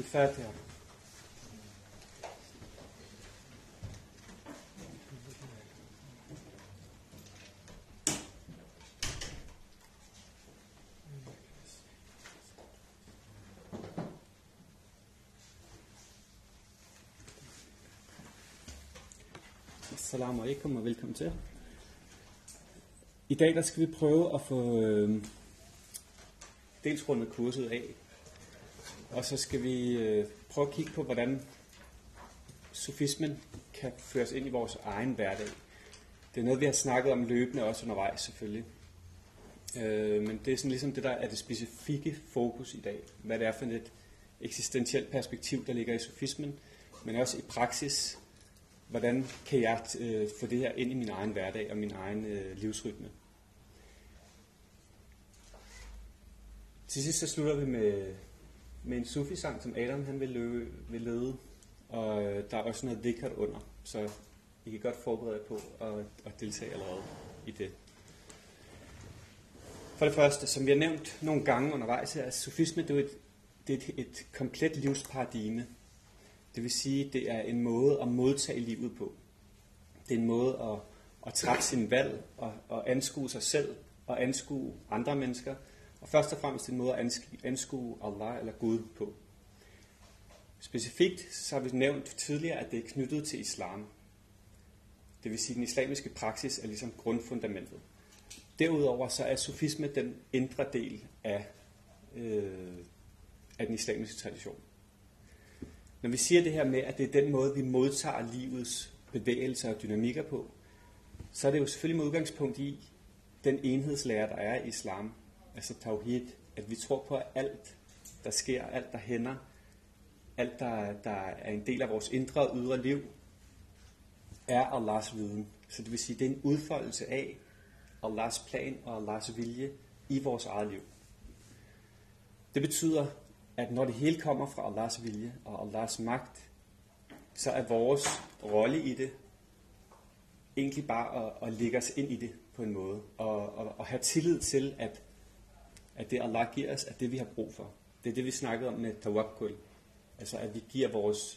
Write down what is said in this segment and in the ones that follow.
الفاتحة. Assalamu alaikum og velkommen til. I dag der skal vi prøve at få dels rundet kurset af, og så skal vi prøve at kigge på, hvordan sofismen kan føres ind i vores egen hverdag. Det er noget, vi har snakket om løbende, også undervejs selvfølgelig. Men det er sådan ligesom det, der er det specifikke fokus i dag. Hvad det er for et eksistentielt perspektiv, der ligger i sofismen, men også i praksis. Hvordan kan jeg få det her ind i min egen hverdag og min egen livsrytme? Til sidst så slutter vi med en sufi-sang, som Adam han vil lede, og der er også noget dhikr under, så I kan godt forberede jer på at deltage allerede i det. For det første, som vi har nævnt nogle gange undervejs her, sofisme det er et komplet livsparadigme. Det vil sige, det er en måde at modtage livet på. Det er en måde at træffe sin valg og anskue sig selv og anskue andre mennesker. Og først og fremmest en måde at anskue Allah eller Gud på. Specifikt så har vi nævnt tidligere, at det er knyttet til islam. Det vil sige, at den islamiske praksis er ligesom grundfundamentet. Derudover så er sofisme den indre del af den islamiske tradition. Når vi siger det her med, at det er den måde, vi modtager livets bevægelser og dynamikker på, så er det jo selvfølgelig med udgangspunkt i den enhedslære, der er i islam, altså tawhid, at vi tror på, at alt, der sker, alt, der hænder, alt, der er en del af vores indre og ydre liv, er Allahs viden. Så det vil sige, at det er en udfoldelse af Allahs plan og Allahs vilje i vores eget liv. Det betyder, at når det hele kommer fra Allahs vilje og Allahs magt, så er vores rolle i det egentlig bare at lægge os ind i det på en måde, og have tillid til, at det Allah giver os, er det vi har brug for. Det er det vi snakkede om med tawakkul, altså at vi giver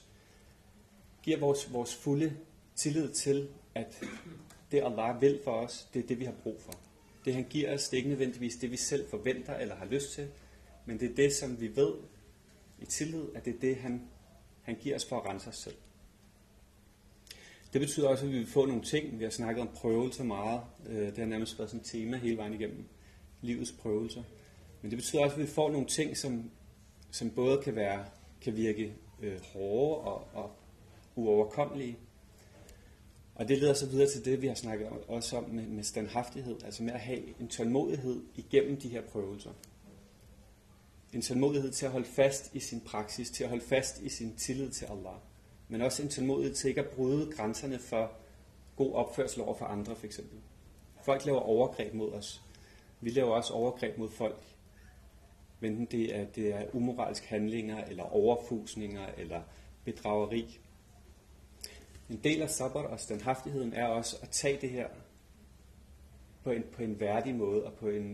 vores fulde tillid til, at det Allah vil for os, det er det vi har brug for. Det han giver os, det er ikke nødvendigvis det vi selv forventer eller har lyst til, men det er det som vi ved i tillid, at det er det han giver os for at rense os selv. Det betyder også, at vi vil få nogle ting. Vi har snakket om prøvelser meget. Det har nærmest været sådan et tema hele vejen igennem livets prøvelser. Men det betyder også, at vi får nogle ting, som både kan virke hårde og uoverkommelige. Og det leder så videre til det, vi har snakket også om med standhaftighed, altså med at have en tålmodighed igennem de her prøvelser. En tålmodighed til at holde fast i sin praksis, til at holde fast i sin tillid til Allah. Men også en tålmodighed til ikke at bryde grænserne for god opførsel over for andre, for eksempel. Folk laver overgreb mod os. Vi laver også overgreb mod folk. Enten det er umoralske handlinger, eller overfusninger, eller bedrageri. En del af sabr og standhaftigheden er også at tage det her på en værdig måde, og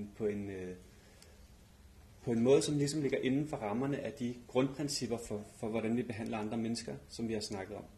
på en måde, som ligesom ligger inden for rammerne af de grundprincipper for hvordan vi behandler andre mennesker, som vi har snakket om.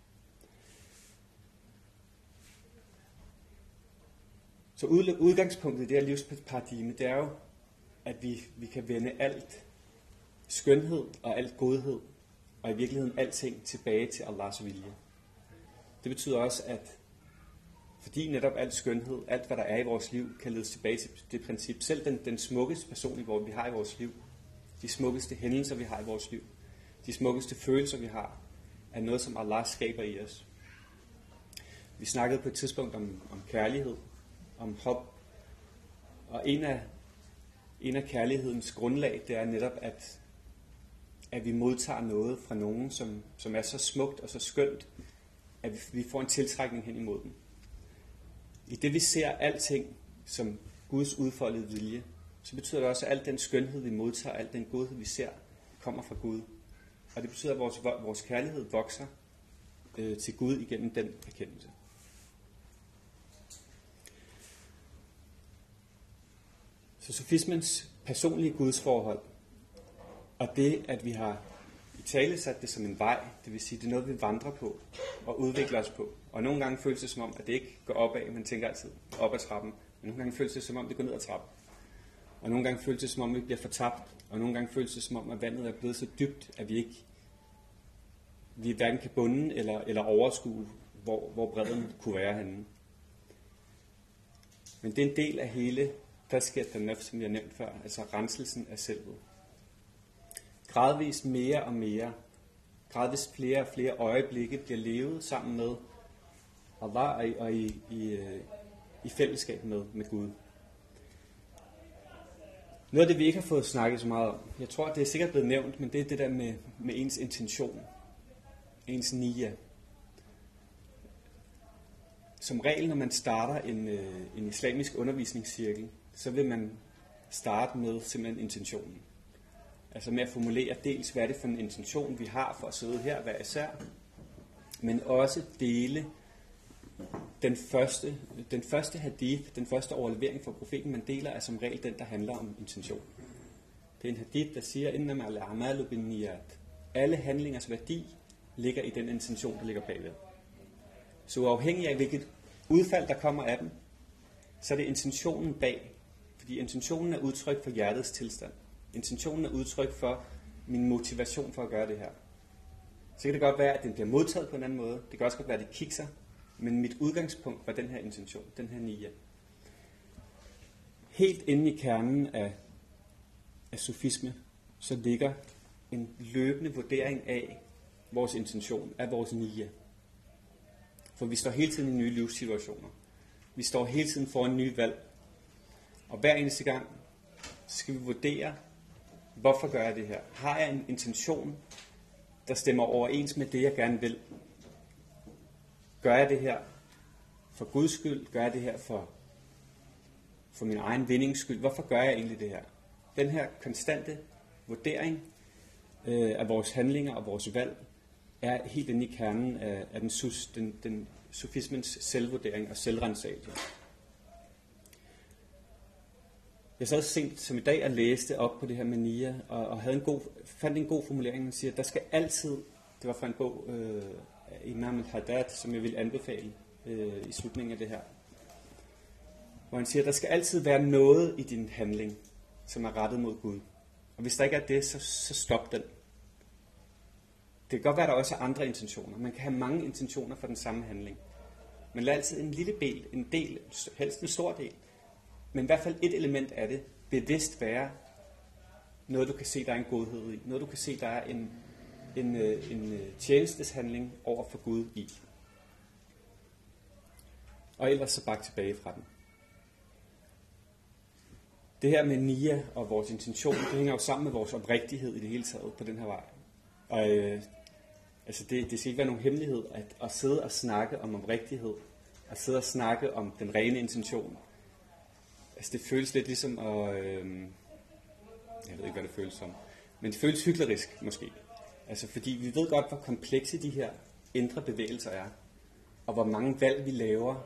Så udgangspunktet i det her livsparadigme, det er jo, at vi kan vende alt skønhed og alt godhed, og i virkeligheden alting tilbage til Allahs vilje. Det betyder også, at fordi netop alt skønhed, alt hvad der er i vores liv, kan ledes tilbage til det princip. Selv den smukkeste person, vi har i vores liv, de smukkeste hændelser, vi har i vores liv, de smukkeste følelser, vi har, er noget, som Allah skaber i os. Vi snakkede på et tidspunkt om kærlighed, om håb, og en af kærlighedens grundlag, det er netop, at vi modtager noget fra nogen, som er så smukt og så skønt, at vi får en tiltrækning hen imod dem. I det vi ser alting som Guds udfoldede vilje, så betyder det også, at al den skønhed vi modtager, al den godhed vi ser, kommer fra Gud. Og det betyder, at vores kærlighed vokser til Gud igennem den erkendelse. Så sofismens personlige gudsforhold, og det at vi har i italesat det som en vej, det vil sige, det er noget, vi vandrer på og udvikler os på. Og nogle gange føles det som om, at det ikke går opad, man tænker altid op ad trappen. Men nogle gange føles det som om, det går ned ad trappen. Og nogle gange føles det som om, vi bliver fortabt. Og nogle gange føles det som om, at vandet er blevet så dybt, at vi hverken kan bunde eller overskue, hvor bredden kunne være henne. Men det er en del af hele tasket den som vi har nævnt før, altså renselsen af selvet. Gradvist mere og mere, gradvist flere og flere øjeblikke bliver levet sammen med Allah og i fællesskab med Gud. Noget af det, vi ikke har fået snakket så meget om, jeg tror, det er sikkert blevet nævnt, men det er det der med ens intention, ens niyya. Som regel, når man starter en islamisk undervisningscirkel, så vil man starte med simpelthen intentionen. Altså med at formulere dels, hvad er det for en intention, vi har for at sidde her hver især, men også dele den første hadith, den første overlevering fra profeten, man deler, er som regel den, der handler om intention. Det er en hadith, der siger, innama al-a'malu bin-niyat. Alle handlingers værdi ligger i den intention, der ligger bagved. Så uafhængig af, hvilket udfald, der kommer af dem, så er det intentionen bag. Fordi intentionen er udtryk for hjertets tilstand. Intentionen er udtryk for min motivation for at gøre det her. Så kan det godt være, at den bliver modtaget på en anden måde. Det kan også godt være, at det kikser. Men mit udgangspunkt var den her intention, den her niyya. Helt inde i kernen af sufisme, så ligger en løbende vurdering af vores intention, af vores niyya. For vi står hele tiden i nye livssituationer. Vi står hele tiden foran nye valg. Og hver eneste gang, så skal vi vurdere, hvorfor gør jeg det her? Har jeg en intention, der stemmer overens med det, jeg gerne vil? Gør jeg det her for Guds skyld? Gør jeg det her for min egen vindings skyld? Hvorfor gør jeg egentlig det her? Den her konstante vurdering af vores handlinger og vores valg er helt inde i kernen af den sufismens selvvurdering og selvrensagelse. Jeg sad sent som i dag og læste op på det her med niyya, og fandt en god formulering, man siger, der skal altid, det var fra en bog af Imam al-Haddad, som jeg vil anbefale i slutningen af det her, hvor han siger, der skal altid være noget i din handling, som er rettet mod Gud. Og hvis der ikke er det, så stop den. Det kan godt være, at der også er andre intentioner. Man kan have mange intentioner for den samme handling. Men lad altid en del, helst en stor del, men i hvert fald et element af det, bevidst være noget, du kan se, der er en godhed i. Noget, du kan se, der er en tjenesteshandling over for Gud i. Og ellers så bare tilbage fra den. Det her med niyya og vores intention, det hænger jo sammen med vores oprigtighed i det hele taget på den her vej. Og altså det skal ikke være nogen hemmelighed at sidde og snakke om oprigtighed, at sidde og snakke om den rene intention. Altså det føles lidt ligesom at, jeg ved ikke hvad det føles som, men det føles hyklerisk måske. Altså fordi vi ved godt hvor komplekse de her indre bevægelser er, og hvor mange valg vi laver,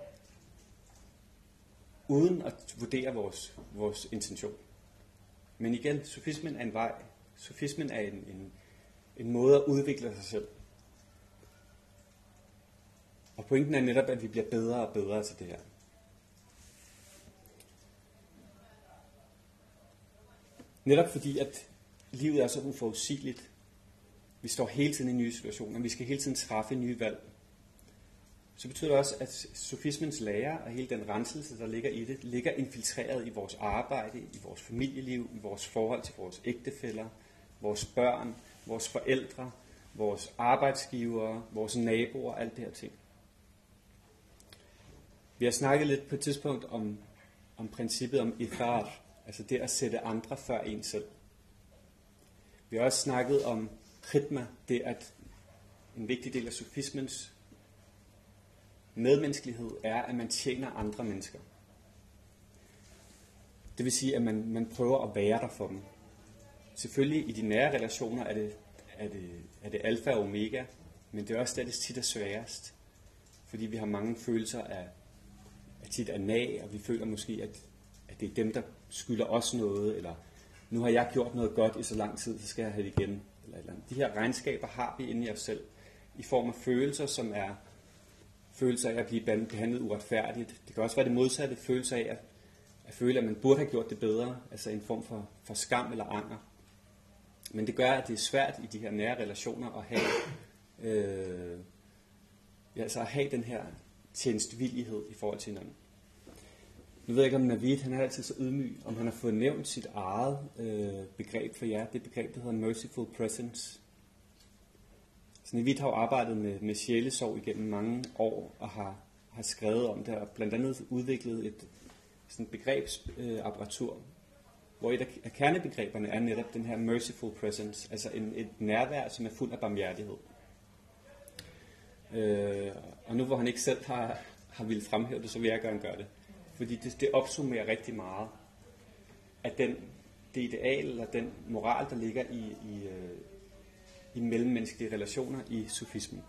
uden at vurdere vores intention. Men igen, sufismen er en vej. Sufismen er en måde at udvikle sig selv. Og pointen er netop, at vi bliver bedre og bedre til det her. Netop fordi, at livet er så uforudsigeligt. Vi står hele tiden i nye situationer. Vi skal hele tiden træffe nye valg. Så betyder det også, at sufismens lære og hele den renselse, der ligger i det, ligger infiltreret i vores arbejde, i vores familieliv, i vores forhold til vores ægtefæller, vores børn, vores forældre, vores arbejdsgivere, vores naboer, alt det her ting. Vi har snakket lidt på et tidspunkt om princippet om ithar, altså det at sætte andre før en selv. Vi har også snakket om khidma, det at en vigtig del af sufismens medmenneskelighed er, at man tjener andre mennesker. Det vil sige, at man prøver at være der for dem. Selvfølgelig i de nære relationer er det alfa og omega, men det er også det tit er sværest. Fordi vi har mange følelser af tit af nag, og vi føler måske, at det er dem, der skylder os noget, eller nu har jeg gjort noget godt i så lang tid, så skal jeg have det igen. eller andet. De her regnskaber har vi inde i os selv, i form af følelser, som er følelser af at blive behandlet uretfærdigt. Det kan også være det modsatte, følelser af at føle, at man burde have gjort det bedre, altså en form for skam eller anger. Men det gør, at det er svært i de her nære relationer at have, at have den her tjenestevillighed i forhold til hinanden. Nu ved jeg ikke, om Navid, han er altid så ydmyg, om han har fået nævnt sit eget begreb for jer, det begreb, der hedder merciful presence. Så Navid har jo arbejdet med sjælesorg igennem mange år, og har skrevet om det, og blandt andet udviklet et sådan begrebsapparatur, hvor et af kernebegreberne er netop den her merciful presence, altså et nærvær, som er fuld af barmhjertighed. Og nu hvor han ikke selv har ville fremhæve det, så vil jeg gerne gøre det. Fordi det opsummerer rigtig meget af det ideal eller den moral, der ligger i mellemmenneskelige relationer i sufismen.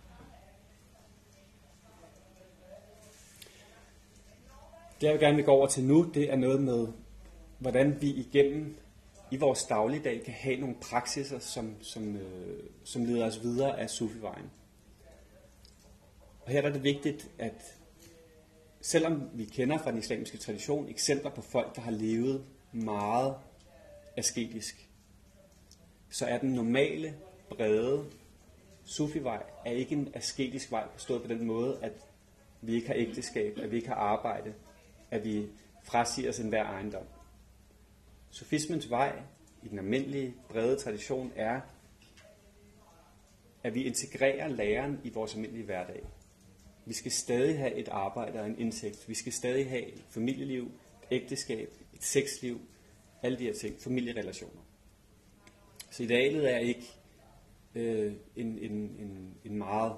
Det jeg gerne vil gå over til nu, det er noget med, hvordan vi i vores dagligdag kan have nogle praksiser, som leder os videre af sufivejen. Og her er det vigtigt, at selvom vi kender fra den islamiske tradition eksempler på folk, der har levet meget asketisk, så er den normale, brede sufivej er ikke en asketisk vej, forstået på den måde, at vi ikke har ægteskab, at vi ikke har arbejde, at vi frasiger os enhver ejendom. Sufismens vej i den almindelige, brede tradition er, at vi integrerer læren i vores almindelige hverdag. Vi skal stadig have et arbejde og en indtægt. Vi skal stadig have et familieliv, et ægteskab, et sexliv, alle de her ting, familierelationer. Så idealet er ikke en meget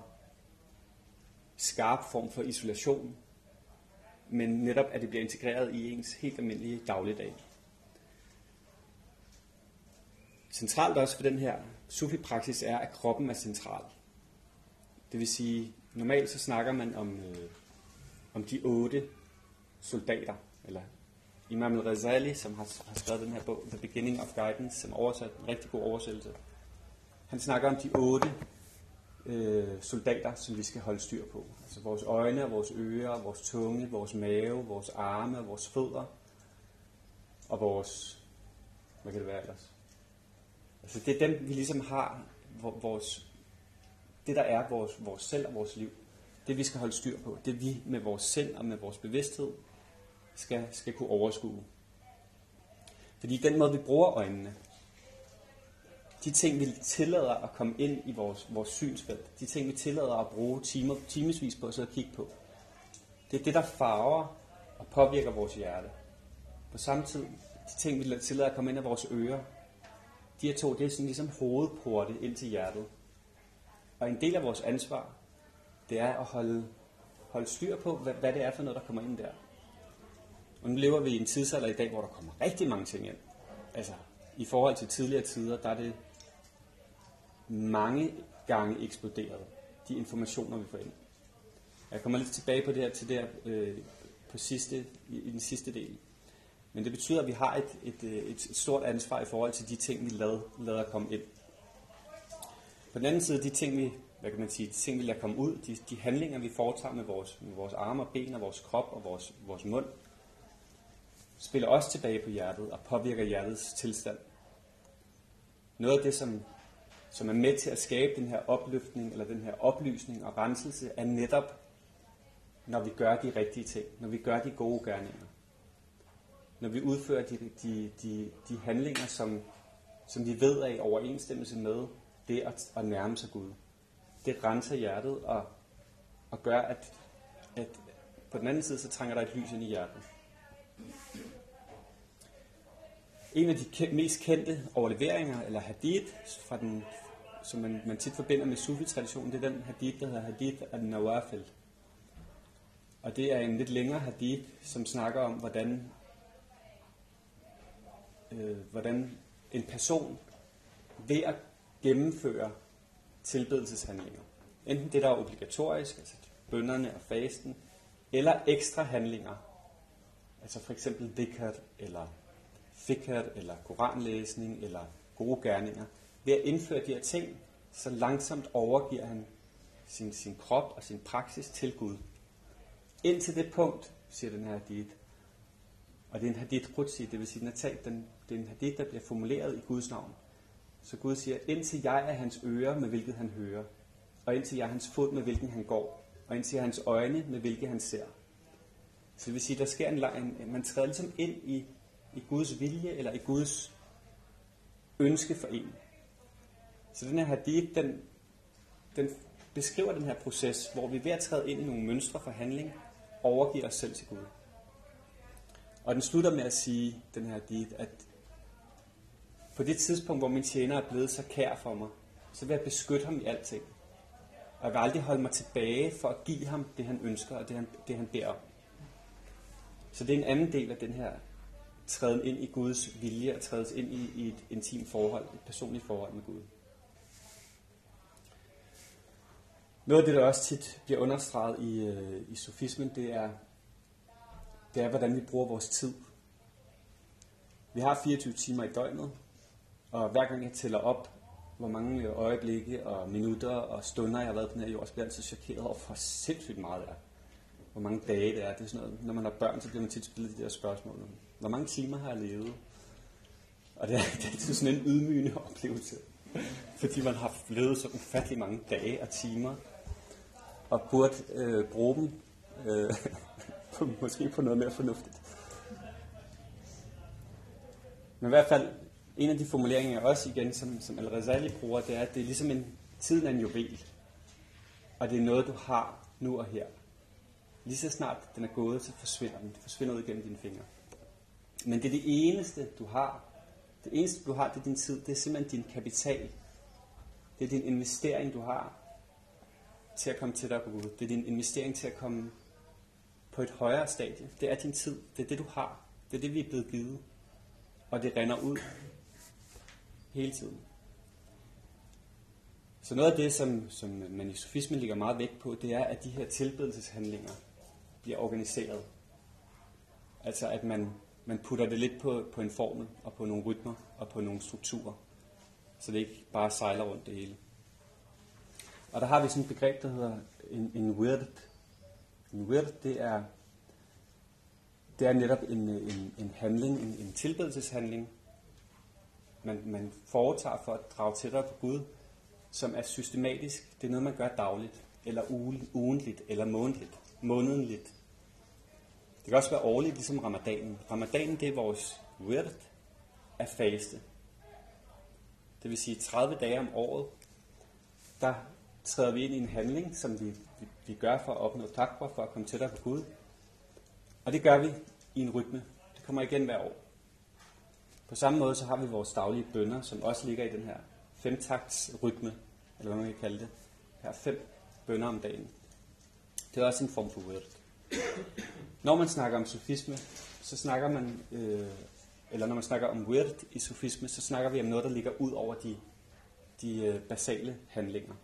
skarp form for isolation, men netop at det bliver integreret i ens helt almindelige dagligdag. Centralt også for den her sufi-praksis er, at kroppen er central. Det vil sige, normalt så snakker man om de 8 soldater, eller Imam al-Ghazali, som har skrevet den her bog, The Beginning of Guidance, som er oversat, en rigtig god oversættelse. Han snakker om de 8 soldater, som vi skal holde styr på. Altså vores øjne, vores ører, vores tunge, vores mave, vores arme, vores fødder, og vores, hvad kan det være ellers? Altså det er dem, vi ligesom har, det der er vores selv og vores liv. Det vi skal holde styr på. Det vi med vores sind og med vores bevidsthed skal kunne overskue. Fordi den måde vi bruger øjnene, de ting vi tillader at komme ind i vores synsfelt, de ting vi tillader at bruge timesvis på at sidde og kigge på, det er det der farver og påvirker vores hjerte. På samme tid, de ting vi tillader at komme ind i vores ører, de her to, det er sådan ligesom hovedporte ind til hjertet. Og en del af vores ansvar, det er at holde styr på, hvad det er for noget, der kommer ind der. Og nu lever vi i en tidsalder i dag, hvor der kommer rigtig mange ting ind. Altså, i forhold til tidligere tider, der er det mange gange eksploderet, de informationer, vi får ind. Jeg kommer lidt tilbage på det her, til det her i den sidste del. Men det betyder, at vi har et stort ansvar i forhold til de ting, vi lader komme ind. På den anden side, de ting, vi lader komme ud, de handlinger, vi foretager med vores arme og ben og vores krop og vores mund, spiller også tilbage på hjertet og påvirker hjertets tilstand. Noget af det, som er med til at skabe den her opløftning eller den her oplysning og renselse, er netop, når vi gør de rigtige ting, når vi gør de gode gerninger. Når vi udfører de handlinger, som vi ved er i overensstemmelse med det at nærme sig Gud. Det renser hjertet og gør, at på den anden side, så trænger der et lys ind i hjertet. En af de mest kendte overleveringer, eller hadith, som man tit forbinder med sufi-traditionen, det er den hadith, der hedder hadith al-Nawafil. Og det er en lidt længere hadith, som snakker om, hvordan en person ved at gennemføre tilbedelseshandlinger, enten det, der er obligatorisk, altså bønnerne og fasten, eller ekstra handlinger, altså for eksempel dhikr, eller fikr, eller koranlæsning, eller gode gerninger, ved at indføre de her ting, så langsomt overgiver han sin krop og sin praksis til Gud. Indtil det punkt, siger den her hadith, og det er en hadith qudsi, det vil sige, det er en hadith, der bliver formuleret i Guds navn. Så Gud siger, indtil jeg er hans øre, med hvilket han hører, og indtil jeg er hans fod, med hvilken han går, og indtil jeg er hans øjne, med hvilke han ser. Så det vil sige, der sker man træder ligesom ind i Guds vilje, eller i Guds ønske for en. Så den her hadith, den beskriver den her proces, hvor vi ved at træde ind i nogle mønstre for handling, overgiver os selv til Gud. Og den slutter med at sige, den her hadith, at på det tidspunkt, hvor min tjener er blevet så kær for mig, så vil jeg beskytte ham i alting. Og jeg vil aldrig holde mig tilbage for at give ham det, han ønsker, og det han beder om. Så det er en anden del af den her træden ind i Guds vilje, og trædes ind i et intimt forhold, et personligt forhold med Gud. Noget af det, der også tit bliver understreget i sufismen, det er, hvordan vi bruger vores tid. Vi har 24 timer i døgnet, og hver gang jeg tæller op, hvor mange øjeblikke og minutter og stunder, jeg har været på den her jord, så bliver jeg altid chokeret over, hvor sindssygt meget det er. Hvor mange dage det er. Det er sådan noget, når man har børn, så bliver man tit spillet de der spørgsmål. Hvor mange timer har jeg levet? Og det er sådan en ydmygende oplevelse. Fordi man har levet så ufattelig mange dage og timer, og burde bruge dem måske på noget mere fornuftigt. Men i hvert fald, en af de formuleringer også igen, som Al-Ghazali bruger, det er, at det er ligesom tiden er en juvel. Og det er noget, du har nu og her. Lige så snart den er gået, så forsvinder den. Det forsvinder ud igennem dine fingre. Men det er det eneste, du har. Det eneste, du har, det er din tid. Det er simpelthen din kapital. Det er din investering, du har til at komme tættere på Gud. Det er din investering til at komme på et højere stadie. Det er din tid. Det er det, du har. Det er det, vi er blevet givet. Og det render ud hele tiden. Så noget af det, som man i sufismen lægger meget vægt på, det er, at de her tilbedelseshandlinger bliver organiseret. Altså at man putter det lidt på en formel, og på nogle rytmer, og på nogle strukturer. Så det ikke bare sejler rundt det hele. Og der har vi sådan et begreb, der hedder en wird. En wird, det er netop en handling, en tilbedelseshandling, man foretager for at drage tættere på Gud, som er systematisk. Det er noget, man gør dagligt, eller ugentligt, eller månedligt. Det kan også være årligt, ligesom ramadanen. Ramadanen, det er vores wird af faste. Det vil sige 30 dage om året, der træder vi ind i en handling, som vi gør for at opnå takwa, for at komme tættere på Gud. Og det gør vi i en rytme. Det kommer igen hver år. På samme måde så har vi vores daglige bønner, som også ligger i den her 5-takts rytme, eller hvad man kan kalde det. Her 5 bønner om dagen. Det er også en form for wird. Når man snakker om sufisme, så snakker man, eller når man snakker om wird i sufisme, så snakker vi om noget, der ligger ud over de basale handlinger.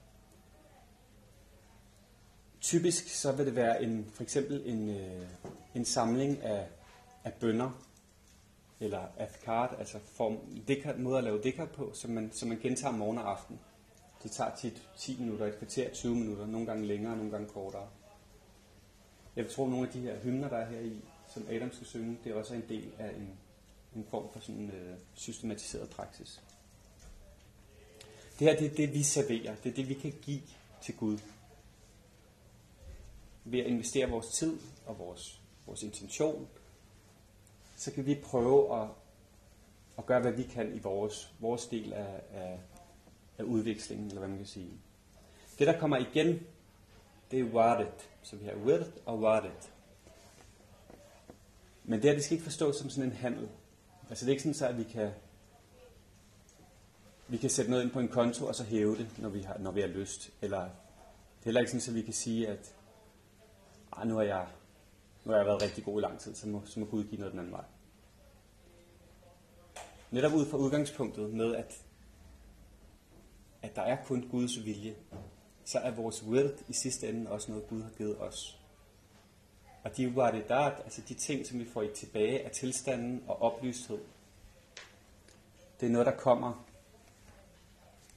Typisk så vil det være for eksempel en samling af bønner, eller adhkar, altså måde at lave dhikr på, som man gentager morgen og aften. Det tager tit 10 minutter, et kvarter, 20 minutter, nogle gange længere, nogle gange kortere. Jeg tror, at nogle af de her hymner, der er her i, som Adam skal synge, det er også en del af en form for sådan systematiseret praksis. Det her, det er det, vi serverer. Det er det, vi kan give til Gud. Ved at investere vores tid og vores intention, så kan vi prøve at gøre, hvad vi kan i vores del af udvekslingen, eller hvad man kan sige. Det, der kommer igen, det er wadet. Så vi har wird og wadet. Men det skal ikke forstås som sådan en handel. Altså det er ikke sådan, så, at vi kan sætte noget ind på en konto, og så hæve det, når vi har lyst. Eller det er heller ikke sådan, så vi kan sige, at nu har jeg været rigtig god i lang tid, så må Gud give noget den anden vej. Netop ud fra udgangspunktet med, at der er kun Guds vilje, så er vores wird i sidste ende også noget, Gud har givet os. Og de waridat, altså de ting, som vi får tilbage af tilstanden og oplysthed, det er noget, der kommer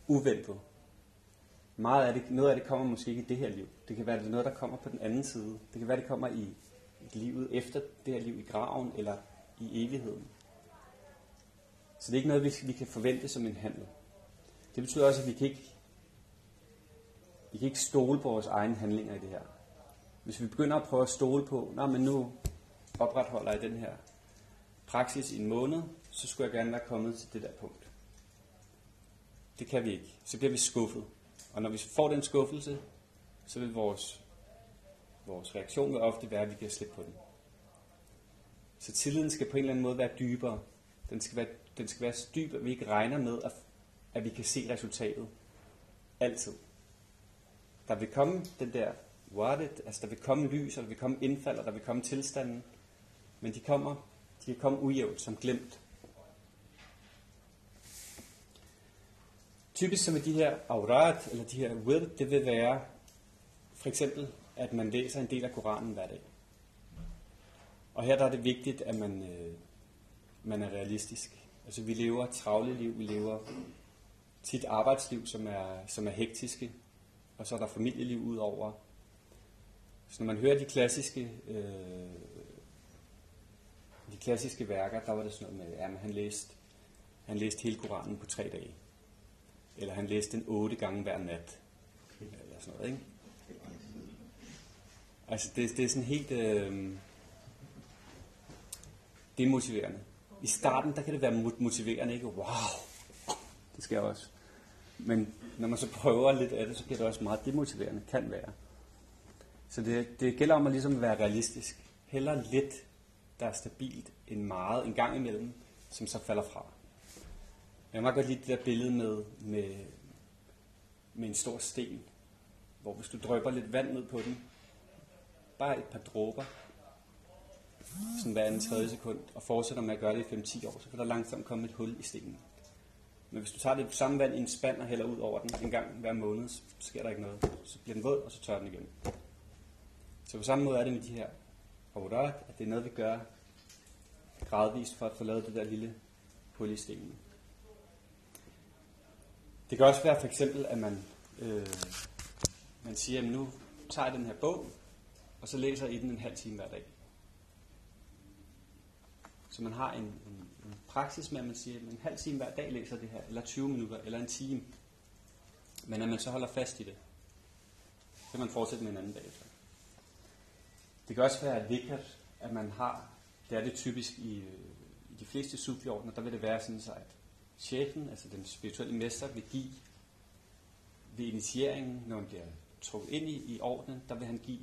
uventet. Noget af det kommer måske ikke i det her liv. Det kan være, det er noget, der kommer på den anden side. Det kan være, det kommer i livet efter det her liv i graven, eller i evigheden. Så det er ikke noget, vi kan forvente som en handel. Det betyder også, at vi kan ikke stole på vores egne handlinger i det her. Hvis vi begynder at prøve at stole på, men nu opretholder jeg den her praksis i en måned, så skulle jeg gerne være kommet til det der punkt. Det kan vi ikke. Så bliver vi skuffet. Og når vi får den skuffelse, så vil vores reaktion vil ofte være, at vi kan slippe på den. Så tilliden skal på en eller anden måde være dybere. Den skal være så dyb, at vi ikke regner med, at vi kan se resultatet. Altid. Der vil komme den der altså der vil komme lys, og der vil komme indfald, og der vil komme tilstanden. Men de kan komme ujævnt, som glemt. Typisk som med de her aurat, eller de her wird, det vil være for eksempel, at man læser en del af Koranen hver dag. Og her der er det vigtigt, at man er realistisk. Altså vi lever travle liv, vi lever tit arbejdsliv, som er hektiske, og så er der familieliv udover. Så når man hører de klassiske værker, der var det sådan noget med, at han læste hele Koranen på 3 dage. Eller han læste den 8 gange hver nat. Eller sådan noget, ikke? Altså det er sådan helt demotiverende. I starten, der kan det være motiverende, ikke? Wow, det skal jeg også. Men når man så prøver lidt af det, så bliver det også meget demotiverende, kan være. Så det gælder om at ligesom være realistisk. Hellere lidt, der er stabilt, end meget en gang imellem, som så falder fra. Jeg kan godt lide det der billede med en stor sten, hvor hvis du drypper lidt vand ned på den, bare et par dråber, sådan hver anden 3 sekund, og fortsætter med at gøre det i 5-10 år, så kan der langsomt komme et hul i stenen. Men hvis du tager det samme vand i en spand og hælder ud over den en gang hver måned, så sker der ikke noget. Så bliver den våd, og så tør den igen. Så på samme måde er det med de her aurat, at det er noget, vi gør gradvist for at få lavet det der lille hul i stenen. Det kan også være for eksempel, at man siger, at nu tager jeg den her bog, og så læser jeg i den en halv time hver dag. Så man har en praksis med, at man siger, at en halv time hver dag læser det her, eller 20 minutter, eller en time. Men at man så holder fast i det, så kan man fortsætte med en anden bagefter. Det kan også være vigtigt, at man har, det er det typisk i de fleste sufi-ordener, der vil det være sådan, at chefen, altså den spirituelle mester, vil give ved initieringen, når man bliver trukket ind i ordenen, der vil han give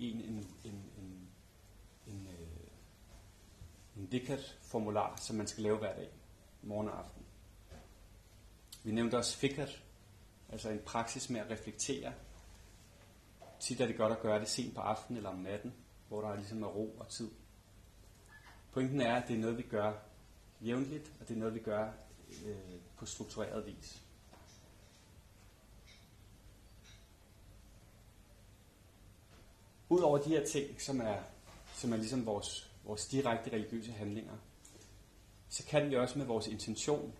en dhikr-formular, som man skal lave hver dag, morgen og aften. Vi nævnte også fikr, altså en praksis med at reflektere. Tit er det godt at gøre det sent på aftenen eller om natten, hvor der ligesom er ro og tid. Pointen er, at det er noget, vi gør jævnligt, og det er noget, vi gør på struktureret vis. Udover de her ting, som er ligesom vores direkte religiøse handlinger, så kan vi også med vores intention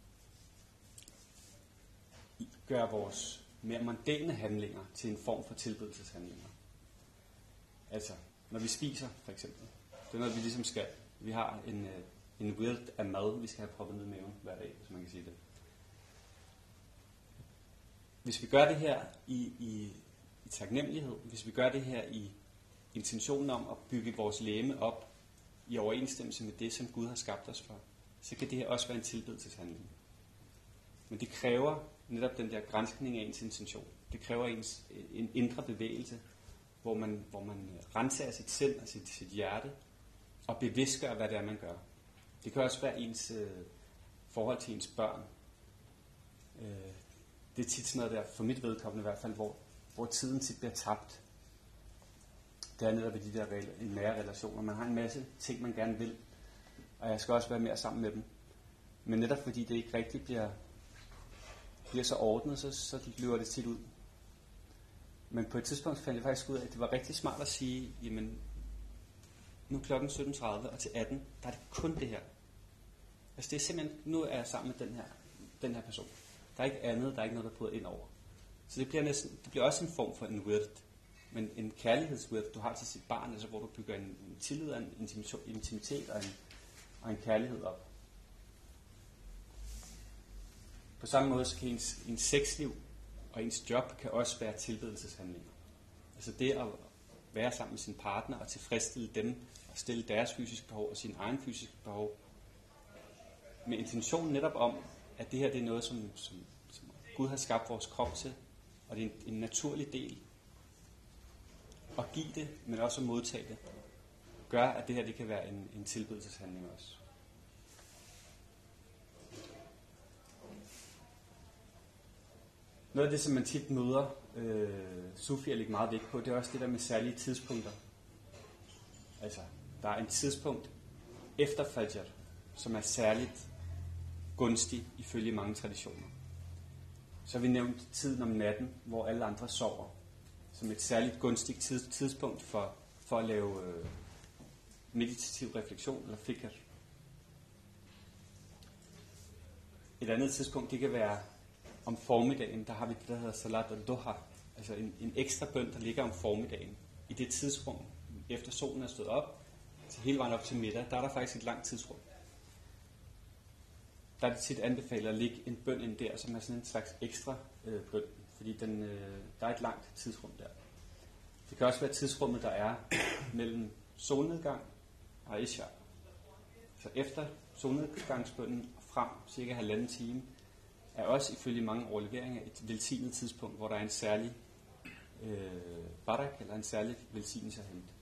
gøre vores mere mondæne handlinger til en form for tilbedelseshandlinger. Altså, når vi spiser, for eksempel. Det er noget, vi ligesom skal. Vi har en wird af mad, vi skal have proppet ned i maven hver dag, hvis man kan sige det. Hvis vi gør det her i taknemmelighed, hvis vi gør det her i intentionen om at bygge vores legeme op i overensstemmelse med det, som Gud har skabt os for, så kan det her også være en tilbedelseshandling. Men det kræver netop den der granskning af ens intention. Det kræver en indre bevægelse, hvor man renser sit sind og sit hjerte, og bevidstgør, hvad det er, man gør. Det kan også være ens forhold til ens børn. Det er tit sådan noget der, for mit vedkommende i hvert fald, hvor tiden tit bliver tabt. Det er netop i de der nære relationer. Man har en masse ting, man gerne vil, og jeg skal også være mere sammen med dem. Men netop fordi det ikke rigtig bliver så ordnet, så løber det tit ud. Men på et tidspunkt fandt jeg faktisk ud af, at det var rigtig smart at sige, jamen, nu er klokken 17.30, og til 18, der er det kun det her. Altså det er simpelthen, nu er jeg sammen med den her person. Der er ikke andet, der er ikke noget, der bryder ind over. Så det bliver også en form for en wird, men en kærlighedsvirt, du har til sit barn, altså hvor du bygger en tillid og en intimitet og en kærlighed op. På samme måde så kan ens sexliv og ens job kan også være tilbedelseshandlinger. Altså det at være sammen med sin partner og tilfredsstille dem og stille deres fysiske behov og sin egen fysiske behov. Med intentionen netop om, at det her det er noget, som Gud har skabt vores krop til, og det er en naturlig del. At give det, men også at modtage det, gør, at det her det kan være en tilbedelseshandling også. Noget af det, som man tit møder sufier lægger meget vægt på, det er også det der med særlige tidspunkter. Altså, der er en tidspunkt efter Fajr, som er særligt gunstig ifølge mange traditioner. Så har vi nævnt tiden om natten, hvor alle andre sover, som et særligt gunstigt tidspunkt for at lave meditativ refleksion eller fikr. Et andet tidspunkt, det kan være om formiddagen, der har vi det, der hedder salat al-duha, altså en ekstra bøn, der ligger om formiddagen. I det tidsrum, efter solen er stået op, til hele vejen op til middag, der er der faktisk et langt tidsrum. Der er det tit anbefalet at lægge en bøn ind der, som er sådan en slags ekstra bøn, fordi der er et langt tidsrum der. Det kan også være tidsrummet, der er mellem solnedgang og isha. Så efter solnedgangsbønnen og frem, cirka 1,5 time, er også ifølge mange overleveringer et velsignet tidspunkt, hvor der er en særlig barak, eller en særlig velsignelse at hente.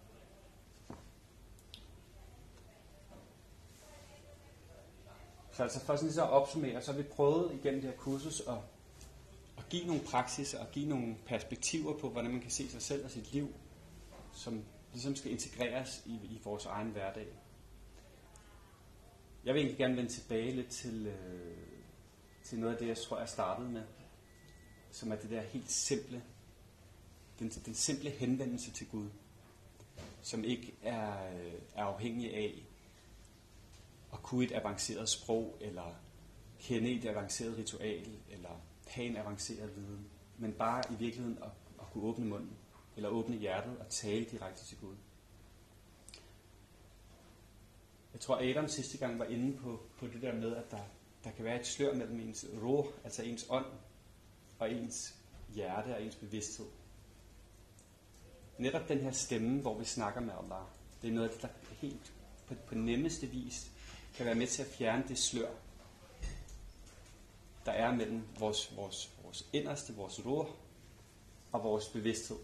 Så altså for sådan at opsummere, så har vi prøvet igennem det her kursus at give nogle praksiser og give nogle perspektiver på, hvordan man kan se sig selv og sit liv, som ligesom skal integreres i vores egen hverdag. Jeg vil egentlig gerne vende tilbage lidt til noget af det, jeg tror, jeg startede med, som er det der helt simple, den simple henvendelse til Gud, som ikke er afhængig af at kunne et avanceret sprog, eller kende et avanceret ritual, eller have en avanceret viden, men bare i virkeligheden at kunne åbne munden, eller åbne hjertet og tale direkte til Gud. Jeg tror, Adam sidste gang var inde på det der med, at der kan være et slør mellem ens ruh, altså ens ånd, og ens hjerte og ens bevidsthed. Netop den her stemme, hvor vi snakker med Allah, det er noget af det, der helt på nemmeste vis kan være med til at fjerne det slør, der er mellem vores inderste, vores ruh og vores bevidsthed.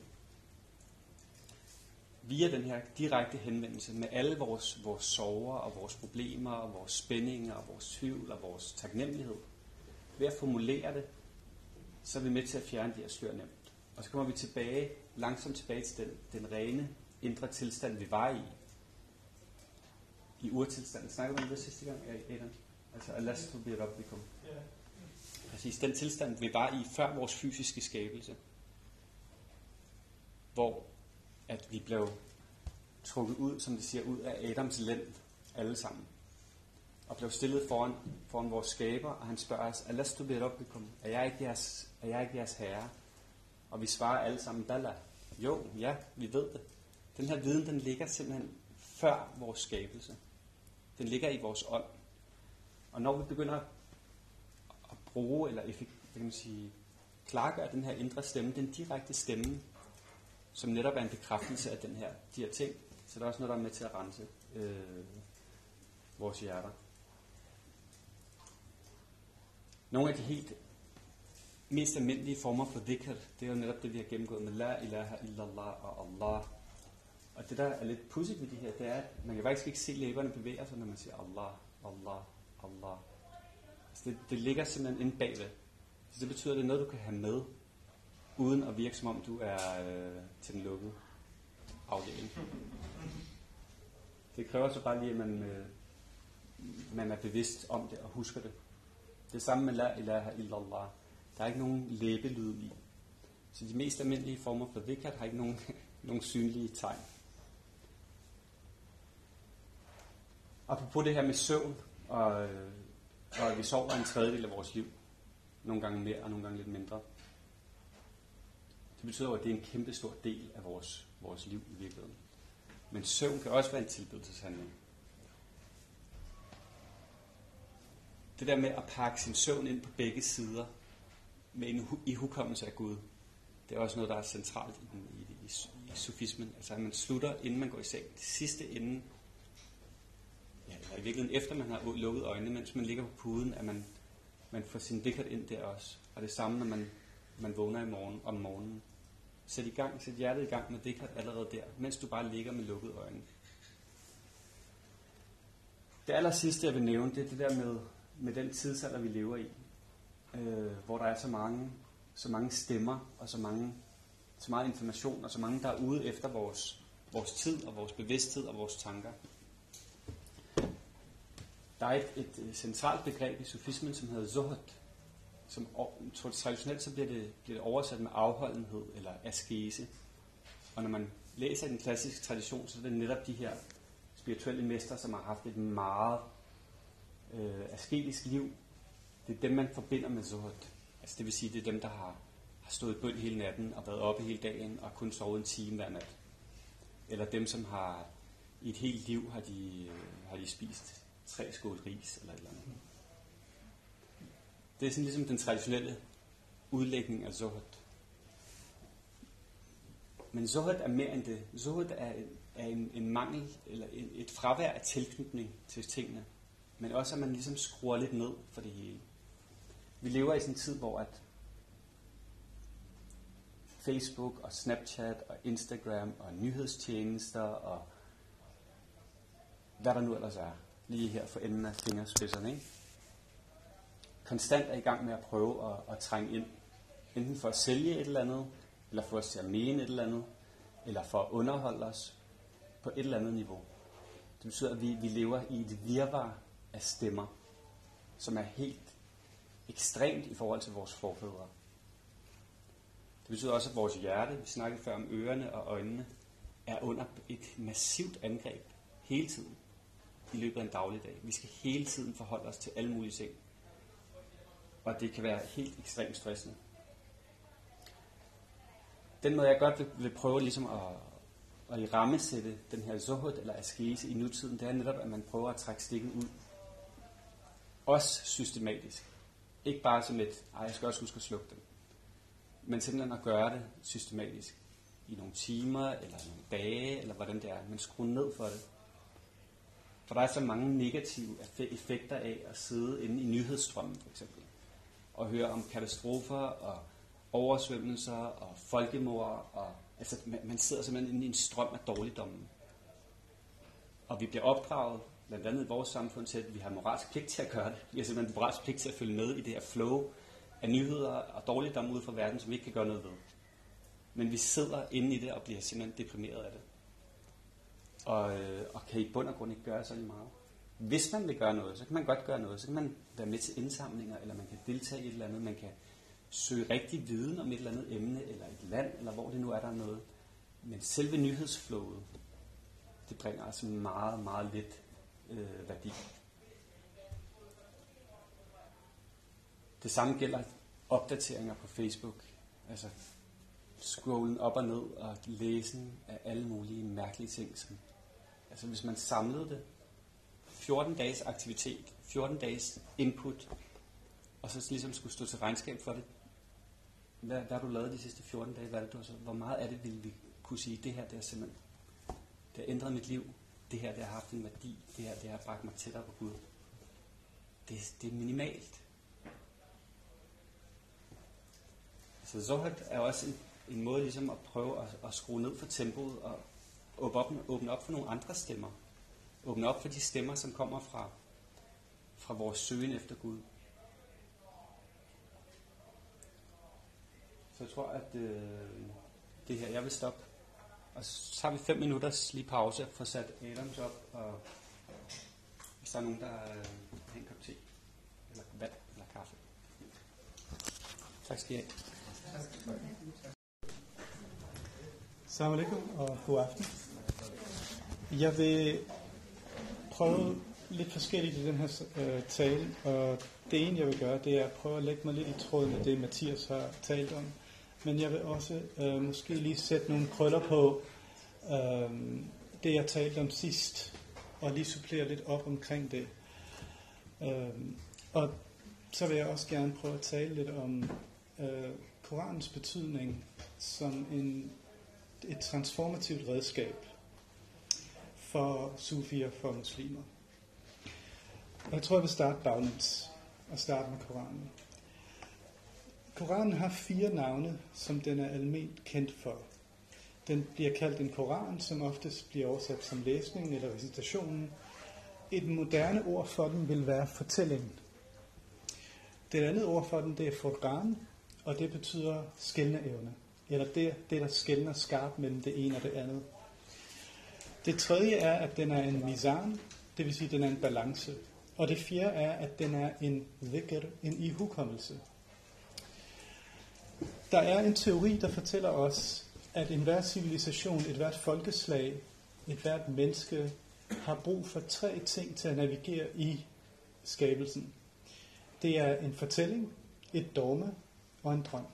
Via den her direkte henvendelse med alle vores sorger og vores problemer og vores spændinger og vores tvivl og vores taknemmelighed, ved at formulere det, så er vi med til at fjerne de her slør nemt. Og så kommer vi langsomt tilbage til den rene indre tilstand, vi var i urtilstanden. Snakker vi om det sidste gang, Adam? Altså, alastu bi rabbikum. Præcis, den tilstand, vi var i før vores fysiske skabelse. Hvor at vi blev trukket ud, som det siger, ud af Adams lænd, alle sammen. Og blev stillet foran vores skaber, og han spørger os, alastu bi rabbikum, er jeg ikke jeres herre? Og vi svarer alle sammen, bala. Jo, ja, vi ved det. Den her viden, den ligger simpelthen før vores skabelse. Den ligger i vores ånd. Og når vi begynder at bruge, eller klargøre den her indre stemme, den direkte stemme, som netop er en bekræftelse af de her ting, så der er også noget, der er med til at rense vores hjerter. Nogle af de helt mest almindelige former for dhikr, det er jo netop det, vi har gennemgået med la ilaha illallah og Allah. Og det, der er lidt pudsigt ved de her, det er, at man kan faktisk ikke se læberne bevæge sig, når man siger Allah, Allah, Allah. Så det ligger simpelthen inde bagved. Så det betyder, at det er noget, du kan have med, uden at virke som om du er til den lukkede afdeling. Det kræver så bare lige, at man er bevidst om det og husker det. Det samme med la ilaha illallah. Der er ikke nogen læbelyd i. Så de mest almindelige former for dhikr har ikke nogen synlige tegn. Apropos det her med søvn, og at vi sover en tredjedel af vores liv. Nogle gange mere, og nogle gange lidt mindre. Det betyder, at det er en kæmpe stor del af vores liv i virkeligheden. Men søvn kan også være en tilbedelseshandling. Det der med at pakke sin søvn ind på begge sider, med en ihukommelse af Gud, det er også noget, der er centralt i sufismen. Altså at man slutter, inden man går i seng. Det sidste inden, eller i virkeligheden efter man har lukket øjnene, mens man ligger på puden, at man får sin dhikr ind der også. Og det samme, når man vågner om morgenen. Sæt hjertet i gang med dhikr allerede der, mens du bare ligger med lukkede øjne. Det aller sidste, jeg vil nævne, det er det der med den tidsalder, vi lever i. Hvor der er så mange stemmer, og så meget information, og så mange, der er ude efter vores tid, og vores bevidsthed, og vores tanker. Der er et centralt begreb i sufismen, som hedder zuhud, som traditionelt så bliver det oversat med afholdenhed, eller askese. Og når man læser i den klassiske tradition, så er det netop de her spirituelle mestre, som har haft et meget asketisk liv. Det er dem, man forbinder med zuhud. Altså det vil sige, det er dem, der har stået i bøn hele natten og været oppe hele dagen og kun sovet en time hver nat. Eller dem, som har i et helt liv har de spist 3 skål ris eller et eller andet. Det er sådan ligesom den traditionelle udlægning af zuhud. Men zuhud er mere end det. Zuhud er en mangel eller et fravær af tilknytning til tingene. Men også at man ligesom skruer lidt ned for det hele. Vi lever i sådan en tid, hvor at Facebook og Snapchat og Instagram og nyhedstjenester og hvad der nu ellers er, lige her for enden af fingerspidserne, ikke? Konstant er i gang med at prøve at trænge ind. Enten for at sælge et eller andet, eller for os til at mene et eller andet, eller for at underholde os på et eller andet niveau. Det betyder, at vi lever i et virvar af stemmer, som er helt ekstremt i forhold til vores forfædre. Det betyder også, at vores hjerte, vi snakkede før om ørerne og øjnene, er under et massivt angreb hele tiden i løbet af en dagligdag. Vi skal hele tiden forholde os til alle mulige ting. Og det kan være helt ekstremt stressende. Den måde, jeg godt vil prøve ligesom at i rammesætte den her zuhud eller askese i nutiden, det er netop, at man prøver at trække stikken ud. Også systematisk. Ikke bare som jeg skal også huske at slukke den. Men simpelthen at gøre det systematisk. I nogle timer, eller nogle dage, eller hvordan det er. Men skru ned for det. For der er så mange negative effekter af at sidde inde i nyhedsstrømmen, for eksempel. Og høre om katastrofer, og oversvømmelser, og folkemord. Altså, man sidder simpelthen inde i en strøm af dårligdommen. Og vi bliver opdraget, blandt andet i vores samfund, til at vi har moralsk pligt til at gøre det. Vi har simpelthen moralsk pligt til at følge med i det her flow af nyheder og dårligdom ude fra verden, som vi ikke kan gøre noget ved. Men vi sidder inde i det og bliver simpelthen deprimeret af det. Og kan i bund og grund ikke gøre så meget. Hvis man vil gøre noget, så kan man godt gøre noget. Så kan man være med til indsamlinger, eller man kan deltage i et eller andet. Man kan søge rigtig viden om et eller andet emne, eller et land, eller hvor det nu er, der er noget. Men selve nyhedsflowet, det bringer altså meget, meget lidt værdi. Det samme gælder opdateringer på Facebook. Altså scrollen op og ned og læsen af alle mulige mærkelige ting. Altså hvis man samlede det, 14 dages aktivitet, 14 dages input, og så ligesom skulle stå til regnskab for det. Hvad har du lavet de sidste 14 dage? Hvor meget af det ville vi kunne sige, det her det er simpelthen, det har ændret mit liv, det her det har haft en værdi, det her det har bragt mig tættere på Gud. Det er minimalt. Så zuhud er også en måde ligesom at prøve at skrue ned for tempoet og åbne op for nogle andre stemmer. Åbne op for de stemmer, som kommer fra vores søgen efter Gud. Så jeg tror, at det her, jeg vil stoppe. Og så tager vi 5 minutters lige pause for at sætte Adams op, og hvis der er nogen, der har en kop te, eller vand, eller kaffe. Tak skal I have. Assalamu alaikum og god aften. Jeg vil prøve lidt forskelligt i den her tale, og Det ene, jeg vil gøre, det er at prøve at lægge mig lidt i tråd med det, Mathias har talt om. Men jeg vil også måske lige sætte nogle krøller på det, jeg talte om sidst, og lige supplere lidt op omkring det. Og så vil jeg også gerne prøve at tale lidt om Koranens betydning som et transformativt redskab for sufier, for muslimer. Og jeg tror, jeg vil starte baglæns og starte med Koranen. Koranen har 4 navne, som den er alment kendt for. Den bliver kaldt en koran, som oftest bliver oversat som læsning eller recitationen. Et moderne ord for den vil være fortælling. Det andet ord for den, det er Furqan, og det betyder skelneevne. Eller det, der skelner skarpt mellem det ene og det andet. Det tredje er, at den er en mizan, det vil sige, at den er en balance. Og det fjerde er, at den er en dhikr, en ihukommelse. Der er en teori, der fortæller os, at enhver civilisation, et hvert folkeslag, et hvert menneske har brug for 3 ting til at navigere i skabelsen. Det er en fortælling, et dogme og en drøm.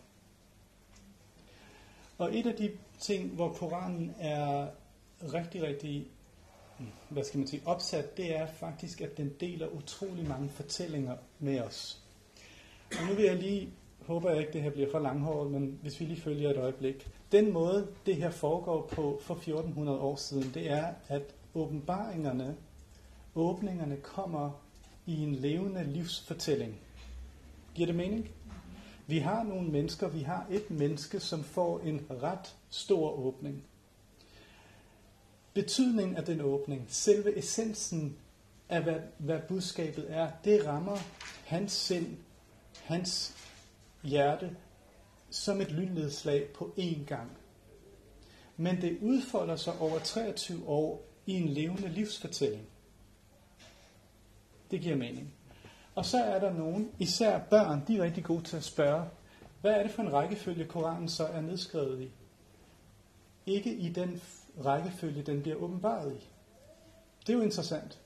Og et af de ting, hvor Koranen er rigtig, opsat, det er faktisk, at den deler utrolig mange fortællinger med os. Og nu vil jeg lige, håber jeg ikke, det her bliver for langhåret, men hvis vi lige følger et øjeblik. Den måde, det her foregår på for 1400 år siden, det er, at åbningerne kommer i en levende livsfortælling. Giver det mening? Vi har nogle mennesker, vi har et menneske, som får en ret stor åbning. Betydningen af den åbning, selve essensen af hvad budskabet er, det rammer hans sind, hans hjerte, som et lynledslag på én gang. Men det udfolder sig over 23 år i en levende livsfortælling. Det giver mening. Og så er der nogen, især børn, de er rigtig gode til at spørge, hvad er det for en rækkefølge, Koranen så er nedskrevet i? Ikke i den rækkefølge, den bliver åbenbaret i. Det er jo interessant.